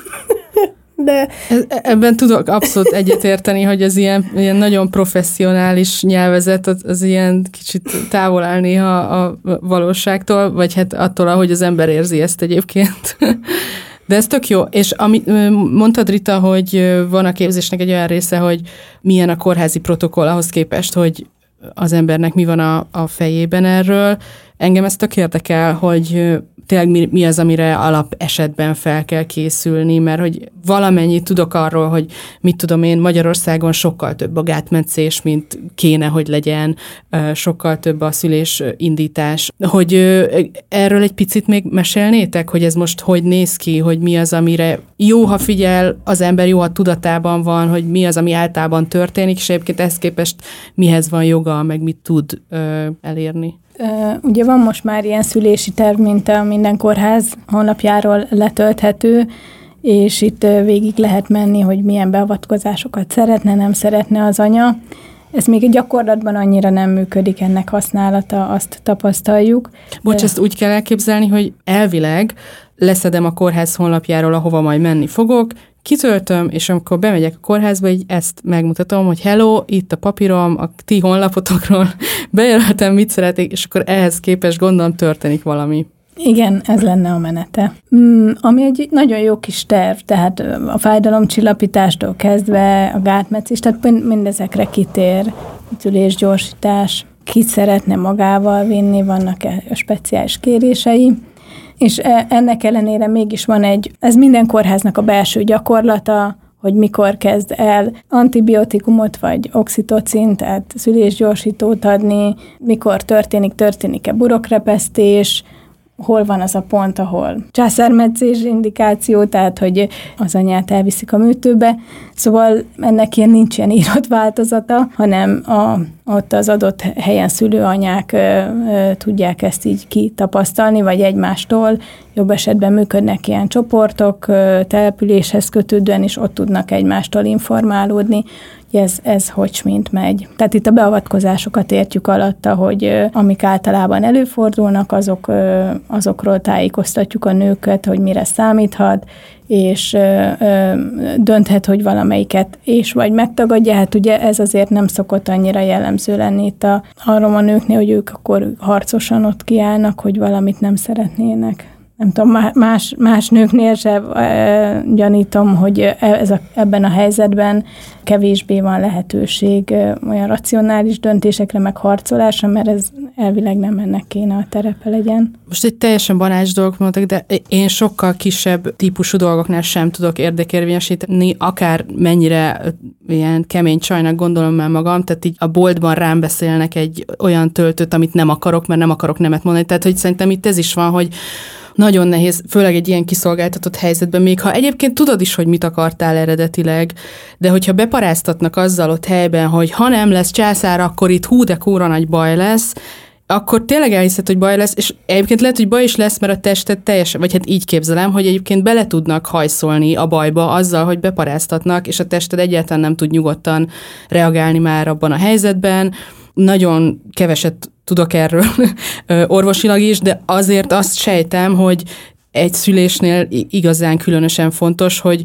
De... Ebben tudok abszolút egyetérteni, hogy az ilyen, ilyen nagyon professzionális nyelvezet, az, az ilyen kicsit távol áll néha a valóságtól, vagy hát attól, ahogy az ember érzi ezt egyébként. De ez tök jó. És amit mondtad, Rita, hogy van a képzésnek egy olyan része, hogy milyen a kórházi protokoll ahhoz képest, hogy az embernek mi van a, a fejében erről. Engem ez tök érdekel, hogy tényleg mi, mi az, amire alap esetben fel kell készülni, mert hogy valamennyit tudok arról, hogy mit tudom én, Magyarországon sokkal több a gátmetszés, mint kéne, hogy legyen, sokkal több a szülés indítás. Hogy erről egy picit még mesélnétek, hogy ez most hogy néz ki, hogy mi az, amire jó, ha figyel az ember, jó, ha tudatában van, hogy mi az, ami általában történik, és egyébként ezt képest mihez van joga, meg mit tud elérni. Ugye van most már ilyen szülési terv, mint a minden kórház honlapjáról letölthető, és itt végig lehet menni, hogy milyen beavatkozásokat szeretne, nem szeretne az anya. Ez még a gyakorlatban annyira nem működik, ennek használata, azt tapasztaljuk. Bocs, ezt úgy kell elképzelni, hogy elvileg leszedem a kórház honlapjáról, ahova majd menni fogok, kitöltöm, és amikor bemegyek a kórházba, így ezt megmutatom, hogy hello, itt a papírom, a ti honlapotokról bejelöltem, mit szeretnék, és akkor ehhez képest gondolom történik valami. Igen, ez lenne a menete. Mm, ami egy nagyon jó kis terv, tehát a fájdalomcsillapítástól kezdve a gátmetszés, tehát mindezekre kitér, szülésgyorsítás, kit szeretne magával vinni, vannak-e speciális kérései, és ennek ellenére mégis van egy, ez minden kórháznak a belső gyakorlata, hogy mikor kezd el antibiotikumot vagy oxitocin, tehát szülésgyorsítót adni, mikor történik, történik-e burokrepesztés, hol van az a pont, ahol császármetszés indikáció, tehát hogy az anyát elviszik a műtőbe. Szóval ennek ilyen nincs ilyen írott változata, hanem a, ott az adott helyen szülőanyák ö, ö, tudják ezt így kitapasztalni, vagy egymástól. Jobb esetben működnek ilyen csoportok, ö, településhez kötődően, és ott tudnak egymástól informálódni, hogy ez, ez hogy mint megy. Tehát itt a beavatkozásokat értjük alatta, hogy ö, amik általában előfordulnak, azok, ö, azokról tájékoztatjuk a nőket, hogy mire számíthat, és ö, ö, dönthet, hogy valamelyiket és vagy megtagadja. Hát ugye ez azért nem szokott annyira jellemző lenni itt a, arról a nőknél, hogy ők akkor harcosan ott kiállnak, hogy valamit nem szeretnének. Nem tudom, más, más nőknél sem e, gyanítom, hogy ez a, ebben a helyzetben kevésbé van lehetőség e, olyan racionális döntésekre, meg harcolásra, mert ez elvileg nem ennek kéne a terepe legyen. Most egy teljesen banális dolgok mondtak, de én sokkal kisebb típusú dolgoknál sem tudok érdekérvényesíteni, akár mennyire ilyen kemény csajnak gondolom már magam, tehát így a boltban rám beszélnek egy olyan töltőt, amit nem akarok, mert nem akarok nemet mondani. Tehát, hogy szerintem itt ez is van, hogy nagyon nehéz, főleg egy ilyen kiszolgáltatott helyzetben, még ha egyébként tudod is, hogy mit akartál eredetileg, de hogyha beparáztatnak azzal ott helyben, hogy ha nem lesz császár, akkor itt hú, de kóra nagy baj lesz, akkor tényleg elhiszed, hogy baj lesz, és egyébként lehet, hogy baj is lesz, mert a tested teljesen, vagy hát így képzelem, hogy egyébként bele tudnak hajszolni a bajba azzal, hogy beparáztatnak, és a tested egyáltalán nem tud nyugodtan reagálni már abban a helyzetben. Nagyon keveset tudok erről orvosilag is, de azért azt sejtem, hogy egy szülésnél igazán különösen fontos, hogy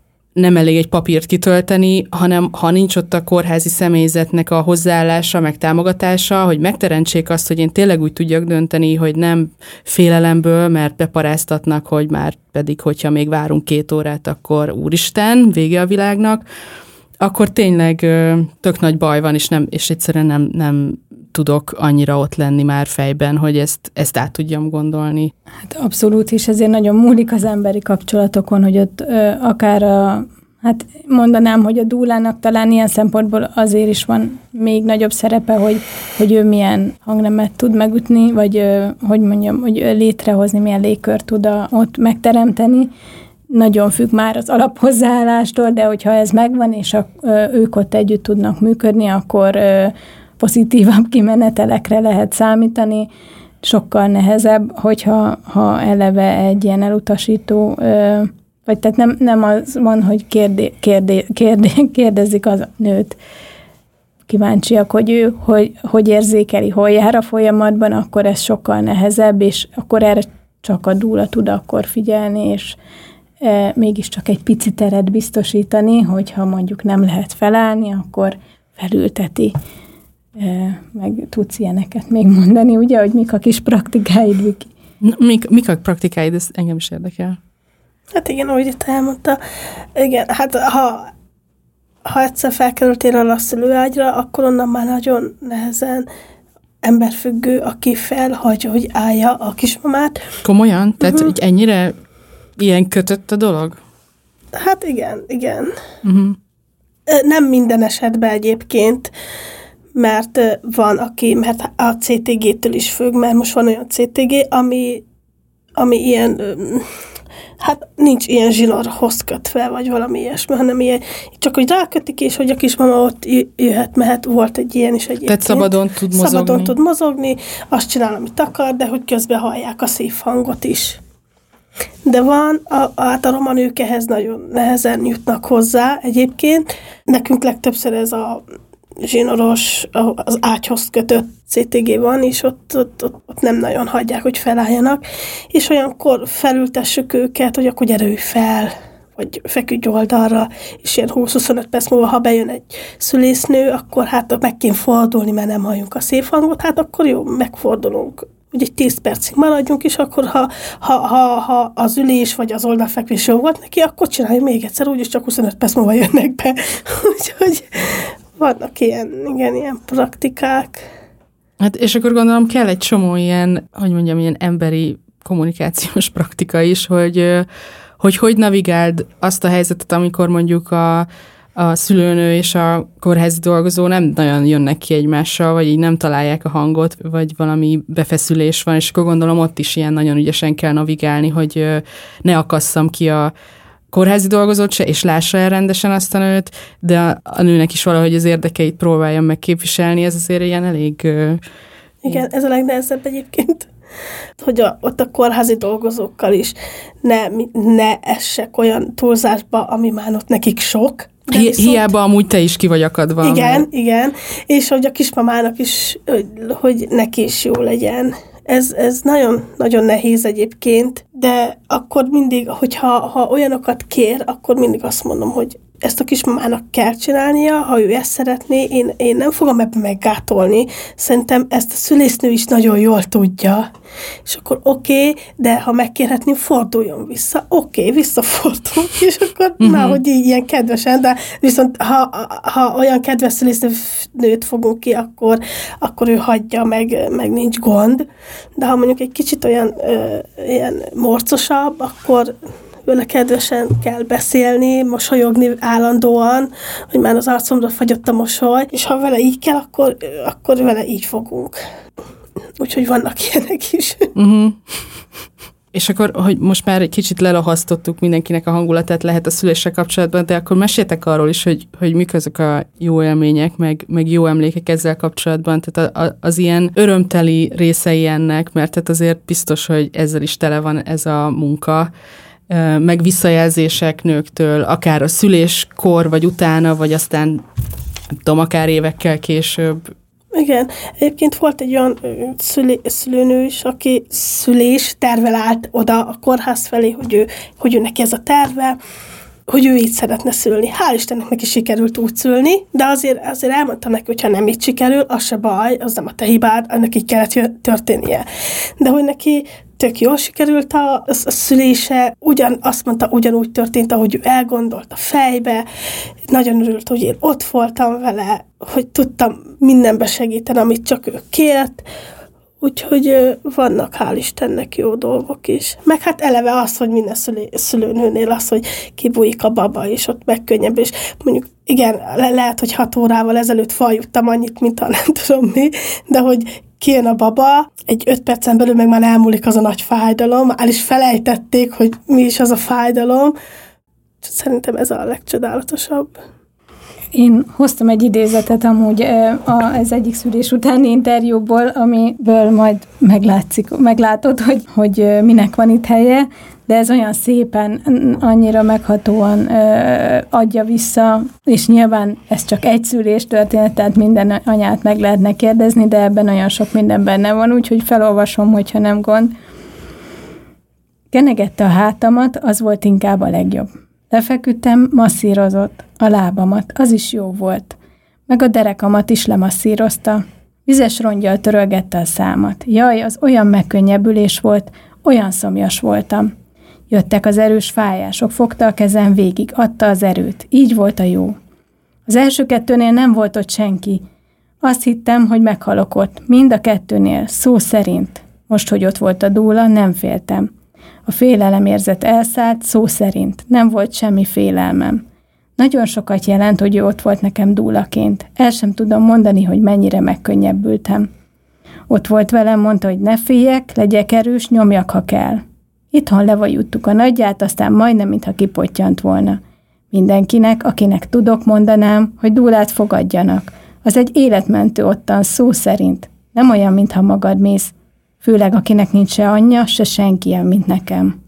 nem elég egy papírt kitölteni, hanem ha nincs ott a kórházi személyzetnek a hozzáállása, meg támogatása, hogy megteremtsék azt, hogy én tényleg úgy tudjak dönteni, hogy nem félelemből, mert beparáztatnak, hogy már pedig, hogyha még várunk két órát, akkor úristen, vége a világnak, akkor tényleg tök nagy baj van, és, nem, és egyszerűen nem, nem tudok annyira ott lenni már fejben, hogy ezt, ezt át tudjam gondolni. Hát abszolút, és ezért nagyon múlik az emberi kapcsolatokon, hogy ott ö, akár a Hát mondanám, hogy a dúlának talán ilyen szempontból azért is van még nagyobb szerepe, hogy, hogy ő milyen hangnemet tud megütni, vagy hogy mondjam, hogy létrehozni, milyen légkört tud a, ott megteremteni. Nagyon függ már az alaphozzáállástól, de hogyha ez megvan, és a, ők ott együtt tudnak működni, akkor pozitívabb kimenetelekre lehet számítani. Sokkal nehezebb, hogyha ha eleve egy ilyen elutasító, vagy tehát nem, nem az van, hogy kérdé, kérdé, kérdé, kérdezik az nőt, kíváncsiak, hogy ő hogy, hogy érzékeli, hol jár a folyamatban, akkor ez sokkal nehezebb, és akkor erre csak a dúla tud akkor figyelni, és e, mégiscsak egy pici teret biztosítani, hogyha mondjuk nem lehet felállni, akkor felülteti. E, meg tudsz ilyeneket még mondani, ugye, hogy mik a kis praktikáid, Viki? Mik, mik a praktikáid, ez engem is érdekel. Hát igen, ahogy itt elmondta, igen, hát ha, ha egyszer felkerültél a szülőágyra, akkor onnan már nagyon nehezen emberfüggő, aki felhagyja, hogy állja a kismamát. Komolyan? Tehát Uh-huh. így ennyire ilyen kötött a dolog? Hát igen, igen. Uh-huh. Nem minden esetben egyébként, mert van, aki, mert a cé té gé-től is függ, mert most van olyan cé té gé, ami, ami ilyen, hát nincs ilyen zsinórhoz kötve, vagy valami ilyesmi, hanem ilyen, csak hogy rákötik, és hogy a kismama ott jöhet, mehet, volt egy ilyen is egyébként. Tehát szabadon tud mozogni. Szabadon tud mozogni, azt csinál, amit akar, de hogy közben hallják a szív hangot is. De van, a, hát a roma nők ehhez nagyon nehezen jutnak hozzá egyébként. Nekünk legtöbbször ez a zsinoros, az ágyhoz kötött cé té gé van, és ott, ott, ott, ott nem nagyon hagyják, hogy felálljanak. És olyankor felültessük őket, hogy akkor gyere, ülj fel, vagy feküdj oldalra, és ilyen húsz-huszonöt perc múlva, ha bejön egy szülésznő, akkor hát meg kéne fordulni, mert nem halljunk a szép hangot, hát akkor jó, megfordulunk. Úgy egy tíz percig maradjunk, és akkor ha, ha, ha, ha az ülés vagy az oldalfekvés jó volt neki, akkor csináljuk még egyszer, úgyis csak huszonöt perc múlva jönnek be. Úgyhogy vannak ilyen, igen, ilyen praktikák. Hát és akkor gondolom kell egy csomó ilyen, hogy mondjam, ilyen emberi kommunikációs praktika is, hogy hogy, hogy navigáld azt a helyzetet, amikor mondjuk a, a szülőnő és a kórházi dolgozó nem nagyon jönnek ki egymással, vagy így nem találják a hangot, vagy valami befeszülés van, és akkor gondolom ott is ilyen nagyon ügyesen kell navigálni, hogy ne akasszam ki a kórházi dolgozót se, és lássa el rendesen azt a nőt, de a nőnek is valahogy az érdekeit próbáljam meg képviselni, ez azért ilyen elég... Igen, ez a legnehezebb egyébként, hogy a, ott a kórházi dolgozókkal is ne, ne essek olyan túlzásba, ami már ott nekik sok. Hi- viszont, hiába amúgy te is ki vagy akadva. Igen, mert... igen, és hogy a kismamának is, hogy, hogy neki is jó legyen. Ez, ez nagyon, nagyon nehéz egyébként, de akkor mindig, hogyha ha olyanokat kér, akkor mindig azt mondom, hogy ezt a kismamának kell csinálnia, ha ő ezt szeretné, én, én nem fogom ebben meggátolni. Szerintem ezt a szülésznő is nagyon jól tudja. És akkor oké, okay, de ha megkérhetném, forduljon vissza. Oké, okay, visszafordul, és akkor uh-huh. már, hogy így ilyen kedvesen, de viszont ha, ha olyan kedves szülésznőt fogunk ki, akkor, akkor ő hagyja, meg, meg nincs gond. De ha mondjuk egy kicsit olyan ö, ilyen morcosabb, akkor vele kedvesen kell beszélni, mosolyogni állandóan, hogy már az arcomra fagyott a mosoly, és ha vele így kell, akkor, akkor vele így fogunk. Úgyhogy vannak ilyenek is. Uh-huh. És akkor, hogy most már egy kicsit lelohasztottuk mindenkinek a hangulatát lehet a szüléssel kapcsolatban, de akkor meséltek arról is, hogy, hogy mik azok a jó élmények, meg, meg jó emlékek ezzel kapcsolatban, tehát a, a, az ilyen örömteli részei ennek, mert tehát azért biztos, hogy ezzel is tele van ez a munka, meg visszajelzések nőktől, akár a szüléskor, vagy utána, vagy aztán, nem tudom, akár évekkel később. Igen. Egyébként volt egy olyan szülé, szülőnő is, aki szülés tervel állt oda a kórház felé, hogy ő, hogy ő neki ez a terve, hogy ő így szeretne szülni. Hál' Istennek neki sikerült úgy szülni, de azért, azért elmondtam neki, hogyha nem így sikerül, az se baj, az nem a te hibád, annak így kellett történnie. De hogy neki tök jól sikerült a, a, a szülése, ugyan, azt mondta, ugyanúgy történt, ahogy ő elgondolt a fejbe, nagyon örült, hogy én ott voltam vele, hogy tudtam mindenbe segíteni, amit csak ő kért, Úgyhogy vannak, hál' Istennek jó dolgok is. Meg hát eleve az, hogy minden szülő, szülőnőnél az, hogy kibújik a baba, és ott megkönnyebb, és mondjuk igen, le- lehet, hogy hat órával ezelőtt feljuttam annyit, mint ha nem tudom mi, de hogy kijön a baba, egy öt percen belül meg már elmúlik az a nagy fájdalom, el is felejtették, hogy mi is az a fájdalom. Szerintem ez a legcsodálatosabb. Én hoztam egy idézetet amúgy az egyik szülés utáni interjúból, amiből majd meglátszik, meglátod, hogy, hogy minek van itt helye, de ez olyan szépen, annyira meghatóan adja vissza, és nyilván ez csak egy szülés történet, tehát minden anyát meg lehetne kérdezni, de ebben olyan sok minden benne van, úgyhogy felolvasom, hogyha nem gond. Kenegette a hátamat, az volt inkább a legjobb. Lefeküdtem, masszírozott. A lábamat, az is jó volt. Meg a derekamat is lemasszírozta. Vizes rongyal törölgette a számat. Jaj, az olyan megkönnyebbülés volt, olyan szomjas voltam. Jöttek az erős fájások, fogta a kezem végig, adta az erőt. Így volt a jó. Az első kettőnél nem volt ott senki. Azt hittem, hogy meghalok ott. Mind a kettőnél, szó szerint. Most, hogy ott volt a dúla, nem féltem. A félelemérzet elszállt, szó szerint. Nem volt semmi félelmem. Nagyon sokat jelent, hogy ő ott volt nekem dúlaként. El sem tudom mondani, hogy mennyire megkönnyebbültem. Ott volt velem, mondta, hogy ne féljek, legyek erős, nyomjak, ha kell. Itthon levajuttuk a nagyját, aztán majdnem, mintha kipottyant volna. Mindenkinek, akinek tudok, mondanám, hogy dúlát fogadjanak. Az egy életmentő ottan, szó szerint. Nem olyan, mintha magad mész. Főleg, akinek nincs se anyja, se senkije, mint nekem.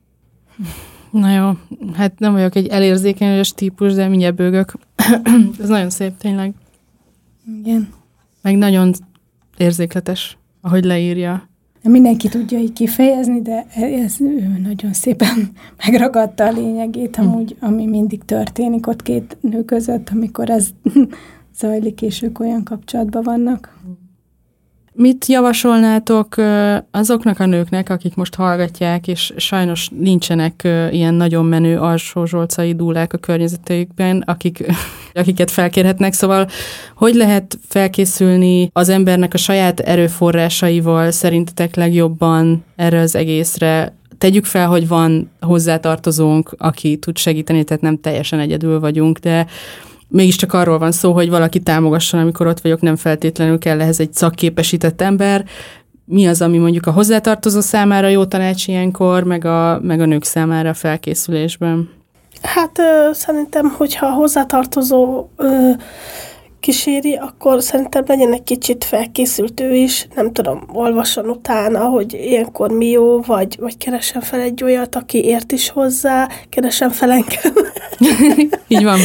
Na jó, hát nem vagyok egy elérzékenyes típus, de mindjárt bőgök. Ez nagyon szép, tényleg. Igen. Meg nagyon érzékletes, ahogy leírja. Mindenki tudja így kifejezni, de ez ő nagyon szépen megragadta a lényegét, amúgy, ami mindig történik ott két nő között, amikor ez zajlik, és ők olyan kapcsolatban vannak. Mit javasolnátok azoknak a nőknek, akik most hallgatják, és sajnos nincsenek ilyen nagyon menő alsózsolcai dúlák a környezetükben, akik, akiket felkérhetnek, szóval hogy lehet felkészülni az embernek a saját erőforrásaival szerintetek legjobban erre az egészre? Tegyük fel, hogy van hozzátartozónk, aki tud segíteni, tehát nem teljesen egyedül vagyunk, de mégiscsak arról van szó, hogy valaki támogasson, amikor ott vagyok, nem feltétlenül kell ehhez egy szakképesített ember. Mi az, ami mondjuk a hozzátartozó számára jó tanács ilyenkor, meg a, meg a nők számára a felkészülésben? Hát ö, szerintem, hogyha a hozzátartozó ö, kíséri, akkor szerintem legyen egy kicsit felkészült ő is, nem tudom, olvasson utána, hogy ilyenkor mi jó, vagy, vagy keressen fel egy olyat, aki ért is hozzá, keressen fel engem. Így van.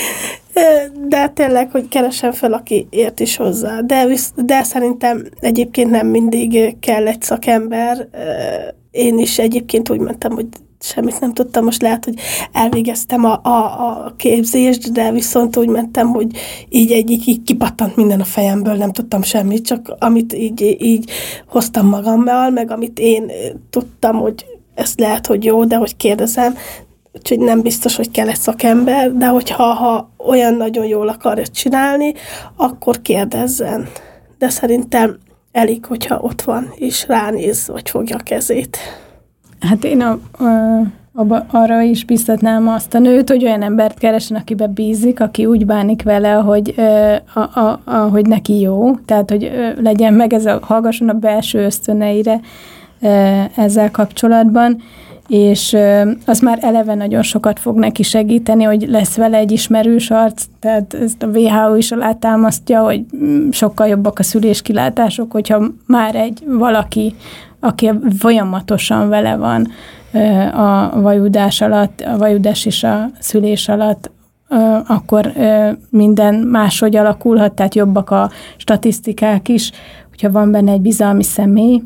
De tényleg, hogy keressen fel, aki ért is hozzá. De, visz, de szerintem egyébként nem mindig kell egy szakember. Én is egyébként úgy mentem, hogy semmit nem tudtam, most lehet, hogy elvégeztem a, a, a képzést, de viszont úgy mentem, hogy így egy így, így kipattant minden a fejemből, nem tudtam semmit, csak amit így, így hoztam magammal, meg amit én tudtam, hogy ez lehet, hogy jó, de hogy kérdezem, úgyhogy nem biztos, hogy kell egy szakember, de hogyha ha olyan nagyon jól akarja csinálni, akkor kérdezzen. De szerintem elég, hogyha ott van, és ránéz, vagy fogja a kezét. Hát én a, a, abba, arra is biztatnám azt a nőt, hogy olyan embert keresen, akiben bízik, aki úgy bánik vele, hogy a, a, a, hogy neki jó, tehát hogy legyen meg ez a, hallgasson a belső ösztöneire ezzel kapcsolatban, és az már eleve nagyon sokat fog neki segíteni, hogy lesz vele egy ismerős arc, tehát ezt a vé há o is alátámasztja, hogy sokkal jobbak a szüléskilátások, hogyha már egy valaki, aki folyamatosan vele van a vajudás alatt, a vajudás és a szülés alatt, akkor minden máshogy alakulhat, tehát jobbak a statisztikák is, hogyha van benne egy bizalmi személy,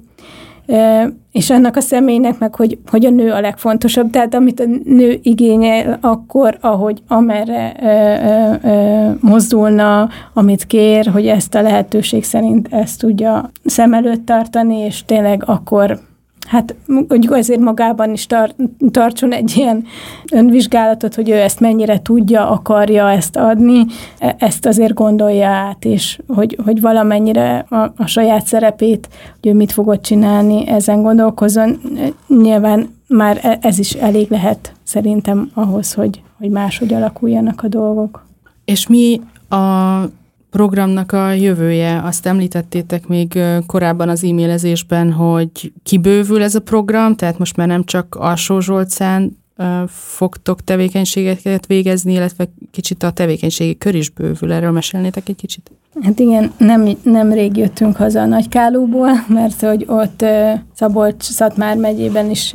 és annak a személynek meg, hogy, hogy a nő a legfontosabb, tehát amit a nő igényel akkor, ahogy amerre ö, ö, ö, mozdulna, amit kér, hogy ezt a lehetőség szerint ezt tudja szem előtt tartani, és tényleg akkor hát mondjuk azért magában is tar- tartson egy ilyen önvizsgálatot, hogy ő ezt mennyire tudja, akarja ezt adni, ezt azért gondolja át, és hogy, hogy valamennyire a, a saját szerepét, hogy ő mit fogod csinálni, ezen gondolkozzon. Nyilván már ez is elég lehet szerintem ahhoz, hogy, hogy máshogy alakuljanak a dolgok. És mi a programnak a jövője? Azt említettétek még korábban az e-mailezésben, hogy kibővül ez a program, tehát most már nem csak Alsó-Zsolcán fogtok tevékenységeket végezni, illetve kicsit a tevékenységi kör is bővül. Erről mesélnétek egy kicsit? Hát igen, nem, nemrég jöttünk haza a Nagykálóból, mert hogy ott Szabolcs-Szatmár megyében is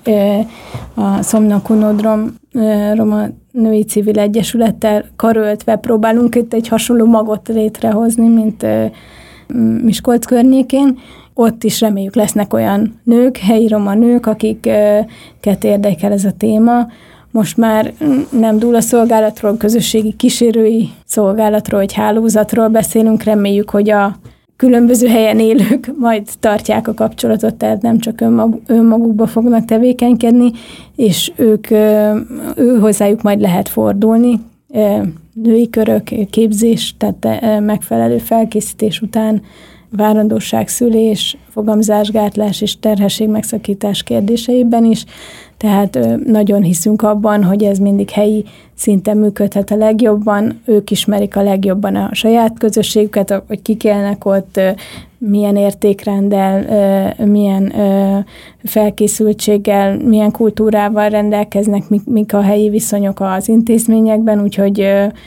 a Szomnak-Unodrom Roma Női Civil Egyesülettel karöltve próbálunk itt egy hasonló magot létrehozni, mint Miskolc környékén. Ott is reméljük lesznek olyan nők, helyi roma nők, akiket érdekel ez a téma. Most már nem dúlaszolgálatról, közösségi kísérői szolgálatról, egy hálózatról beszélünk, reméljük, hogy a különböző helyen élők majd tartják a kapcsolatot, tehát nem csak önmag, önmagukba fognak tevékenykedni, és ők, ő hozzájuk majd lehet fordulni, női körök, képzés, tehát megfelelő felkészítés után várandóság, szülés, fogamzásgátlás és terhesség megszakítás kérdéseiben is. Tehát nagyon hiszünk abban, hogy ez mindig helyi szinten működhet a legjobban. Ők ismerik a legjobban a saját közösségüket, hogy kik élnek ott, milyen értékrenddel, milyen felkészültséggel, milyen kultúrával rendelkeznek, mik, mik a helyi viszonyok az intézményekben, úgyhogy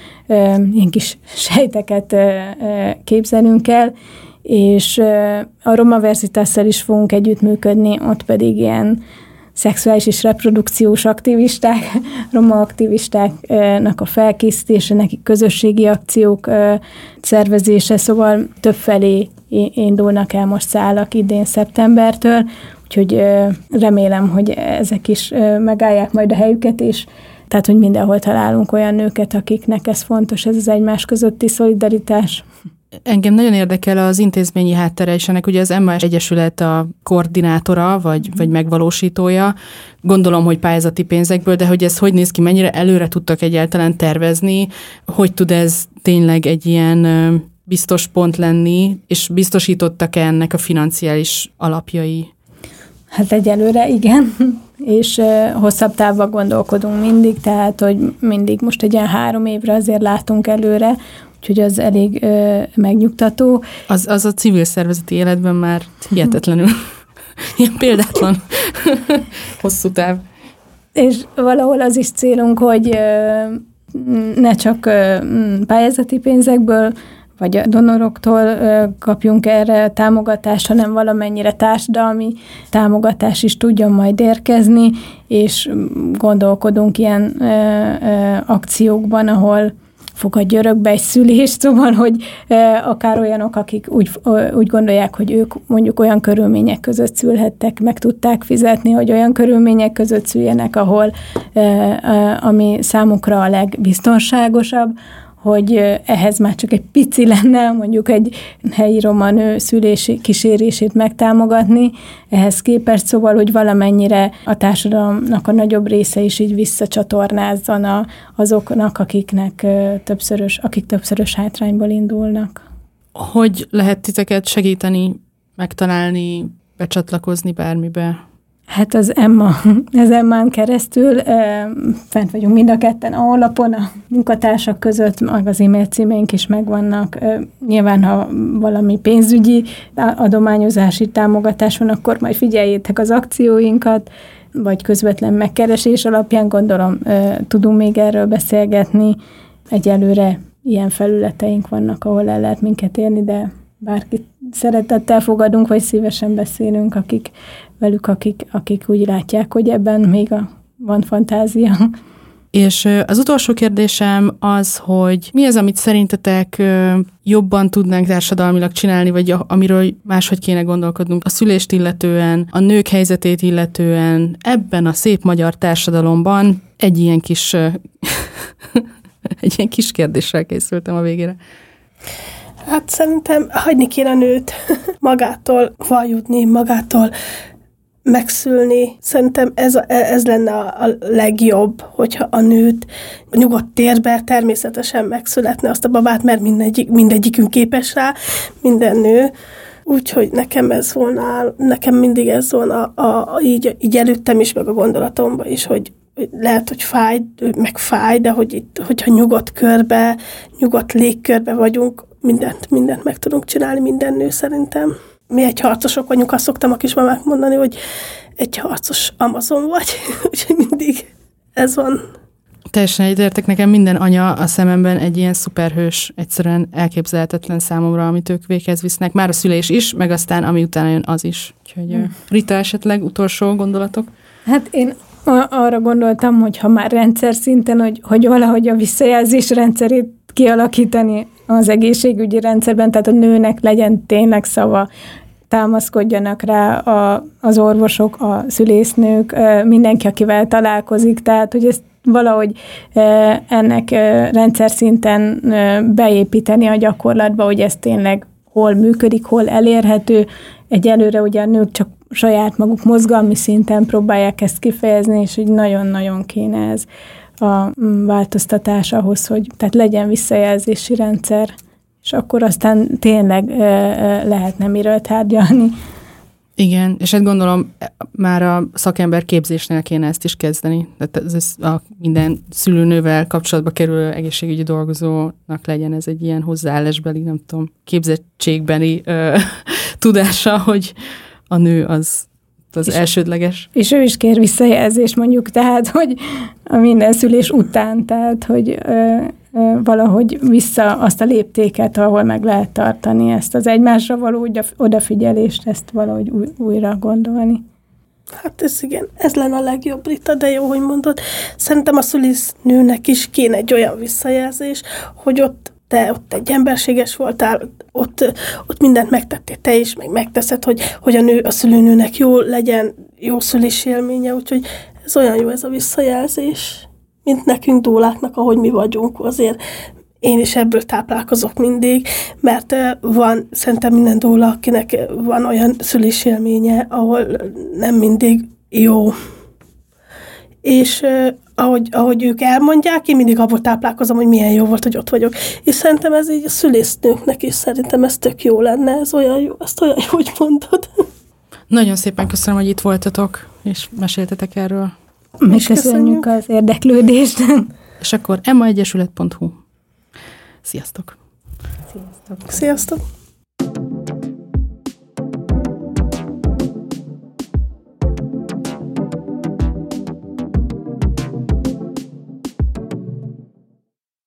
ilyen kis sejteket képzelünk el, és a Roma Versitasszal is fogunk együttműködni, ott pedig ilyen szexuális és reprodukciós aktivisták, roma aktivistáknak a felkészítése, nekik közösségi akciók szervezése, szóval többfelé indulnak el most szálak idén szeptembertől, úgyhogy remélem, hogy ezek is megállják majd a helyüket, és tehát, hogy mindenhol találunk olyan nőket, akiknek ez fontos, ez az egymás közötti szolidaritás. Engem nagyon érdekel az intézményi háttere, és ennek ugye az em á es Egyesület a koordinátora, vagy, vagy megvalósítója. Gondolom, hogy pályázati pénzekből, de hogy ez hogy néz ki, mennyire előre tudtak egyáltalán tervezni, hogy tud ez tényleg egy ilyen biztos pont lenni, és biztosítottak-e ennek a financiális alapjai? Hát egyelőre igen, és hosszabb távban gondolkodunk mindig, tehát, hogy mindig most egy ilyen három évre azért látunk előre, úgyhogy az elég ö, megnyugtató. Az, az a civil szervezeti életben már hihetetlenül ilyen példátlan hosszú táv. És valahol az is célunk, hogy ö, ne csak ö, pályázati pénzekből, vagy a donoroktól ö, kapjunk erre támogatást, hanem valamennyire társadalmi támogatás is tudjon majd érkezni, és gondolkodunk ilyen ö, ö, akciókban, ahol fogadj örökbe egy szülést, szóval, hogy e, akár olyanok, akik úgy, úgy gondolják, hogy ők mondjuk olyan körülmények között szülhettek, meg tudták fizetni, hogy olyan körülmények között szüljenek, ahol e, e, ami számukra a legbiztonságosabb, hogy ehhez már csak egy pici lenne, mondjuk egy helyi roma nő szülési kísérését megtámogatni, ehhez képest, szóval, hogy valamennyire a társadalomnak a nagyobb része is így visszacsatornázzon a, azoknak, akiknek többszörös, akik többszörös hátrányból indulnak. Hogy lehet titeket segíteni, megtalálni, becsatlakozni bármibe? Hát az Emma, az Emmán keresztül e, fent vagyunk mind a ketten a honlapon, a munkatársak között, meg az e-mail címeink is megvannak. E, nyilván, ha valami pénzügyi adományozási támogatás van, akkor majd figyeljétek az akcióinkat, vagy közvetlen megkeresés alapján, gondolom, e, tudunk még erről beszélgetni. Egyelőre ilyen felületeink vannak, ahol el lehet minket érni, de bárkit szeretettel fogadunk, vagy szívesen beszélünk, akik velük, akik, akik úgy látják, hogy ebben még a, van fantázia. És az utolsó kérdésem az, hogy mi az, amit szerintetek jobban tudnánk társadalmilag csinálni, vagy amiről máshogy kéne gondolkodnunk a szülést illetően, a nők helyzetét illetően, ebben a szép magyar társadalomban egy ilyen kis, egy ilyen kis kérdéssel készültem a végére. Hát szerintem hagyni kéne a nőt magától vajudni, magától megszülni. Szerintem ez, a, ez lenne a, a legjobb, hogyha a nőt a nyugodt térbe természetesen megszületne azt a babát, mert mindegyik, mindegyikünk képes rá, minden nő. Úgyhogy nekem ez volna, nekem mindig ez volna a, a, így, így előttem is, meg a gondolatomban is, hogy lehet, hogy fáj, meg fáj, de hogy itt, hogyha nyugodt körbe, nyugodt légkörbe vagyunk, mindent, mindent meg tudunk csinálni, minden nő szerintem. Mi egy harcosok vagyunk, azt szoktam a kismamák mondani, hogy egy harcos Amazon vagy, úgyhogy mindig ez van. Teljesen egyetértek, nekem minden anya a szememben egy ilyen szuperhős, egyszerűen elképzelhetetlen számomra, amit ők véghez visznek. Már a szülés is, meg aztán ami utána jön, az is. Úgyhogy hmm. Rita, esetleg utolsó gondolatok? Hát én arra gondoltam, hogy ha már rendszer szinten, hogy, hogy valahogy a visszajelzés rendszerét kialakítani az egészségügyi rendszerben, tehát a nőnek legyen tényleg szava, támaszkodjanak rá a, az orvosok, a szülésznők, mindenki, akivel találkozik, tehát hogy ezt valahogy ennek rendszer szinten beépíteni a gyakorlatba, hogy ez tényleg hol működik, hol elérhető. Egyelőre ugye a nők csak saját maguk mozgalmi szinten próbálják ezt kifejezni, és így nagyon-nagyon kéne ez a változtatás ahhoz, hogy tehát legyen visszajelzési rendszer, és akkor aztán tényleg lehetne miről tárgyalni. Igen, és hát gondolom már a szakember képzésnél kéne ezt is kezdeni. Tehát ez a minden szülőnővel kapcsolatba kerülő egészségügyi dolgozónak legyen ez egy ilyen hozzáállásbeli, nem tudom, képzettségbeli ö, tudása, hogy a nő az, az és, elsődleges. És ő is kér visszajelzést mondjuk, tehát, hogy a minden szülés után, tehát, hogy ö, ö, valahogy vissza azt a léptéket, ahol meg lehet tartani ezt az egymásra való odafigyelést, ezt valahogy új, újra gondolni. Hát ez igen, ez lenne a legjobb, Rita, de jó, hogy mondod. Szerintem a szülésznőnek is kéne egy olyan visszajelzés, hogy ott te ott egy emberséges voltál, ott, ott mindent megtettél te is, meg megteszed, hogy, hogy a nő, a szülőnőnek jó legyen, jó szülési élménye, úgyhogy ez olyan jó ez a visszajelzés, mint nekünk dúláknak, ahogy mi vagyunk, azért én is ebből táplálkozok mindig, mert van szerintem minden dúla, akinek van olyan szülési élménye, ahol nem mindig jó. És ahogy, ahogy ők elmondják, én mindig abból táplálkozom, hogy milyen jó volt, hogy ott vagyok. És szerintem ez így a szülésznőknek is szerintem ez tök jó lenne, ez olyan jó, ezt olyan jó, hogy mondod. Nagyon szépen köszönöm, hogy itt voltatok, és meséltetek erről. Mi köszönjük az érdeklődést. És akkor emma egyesület pont hu. Sziasztok! Sziasztok! Sziasztok!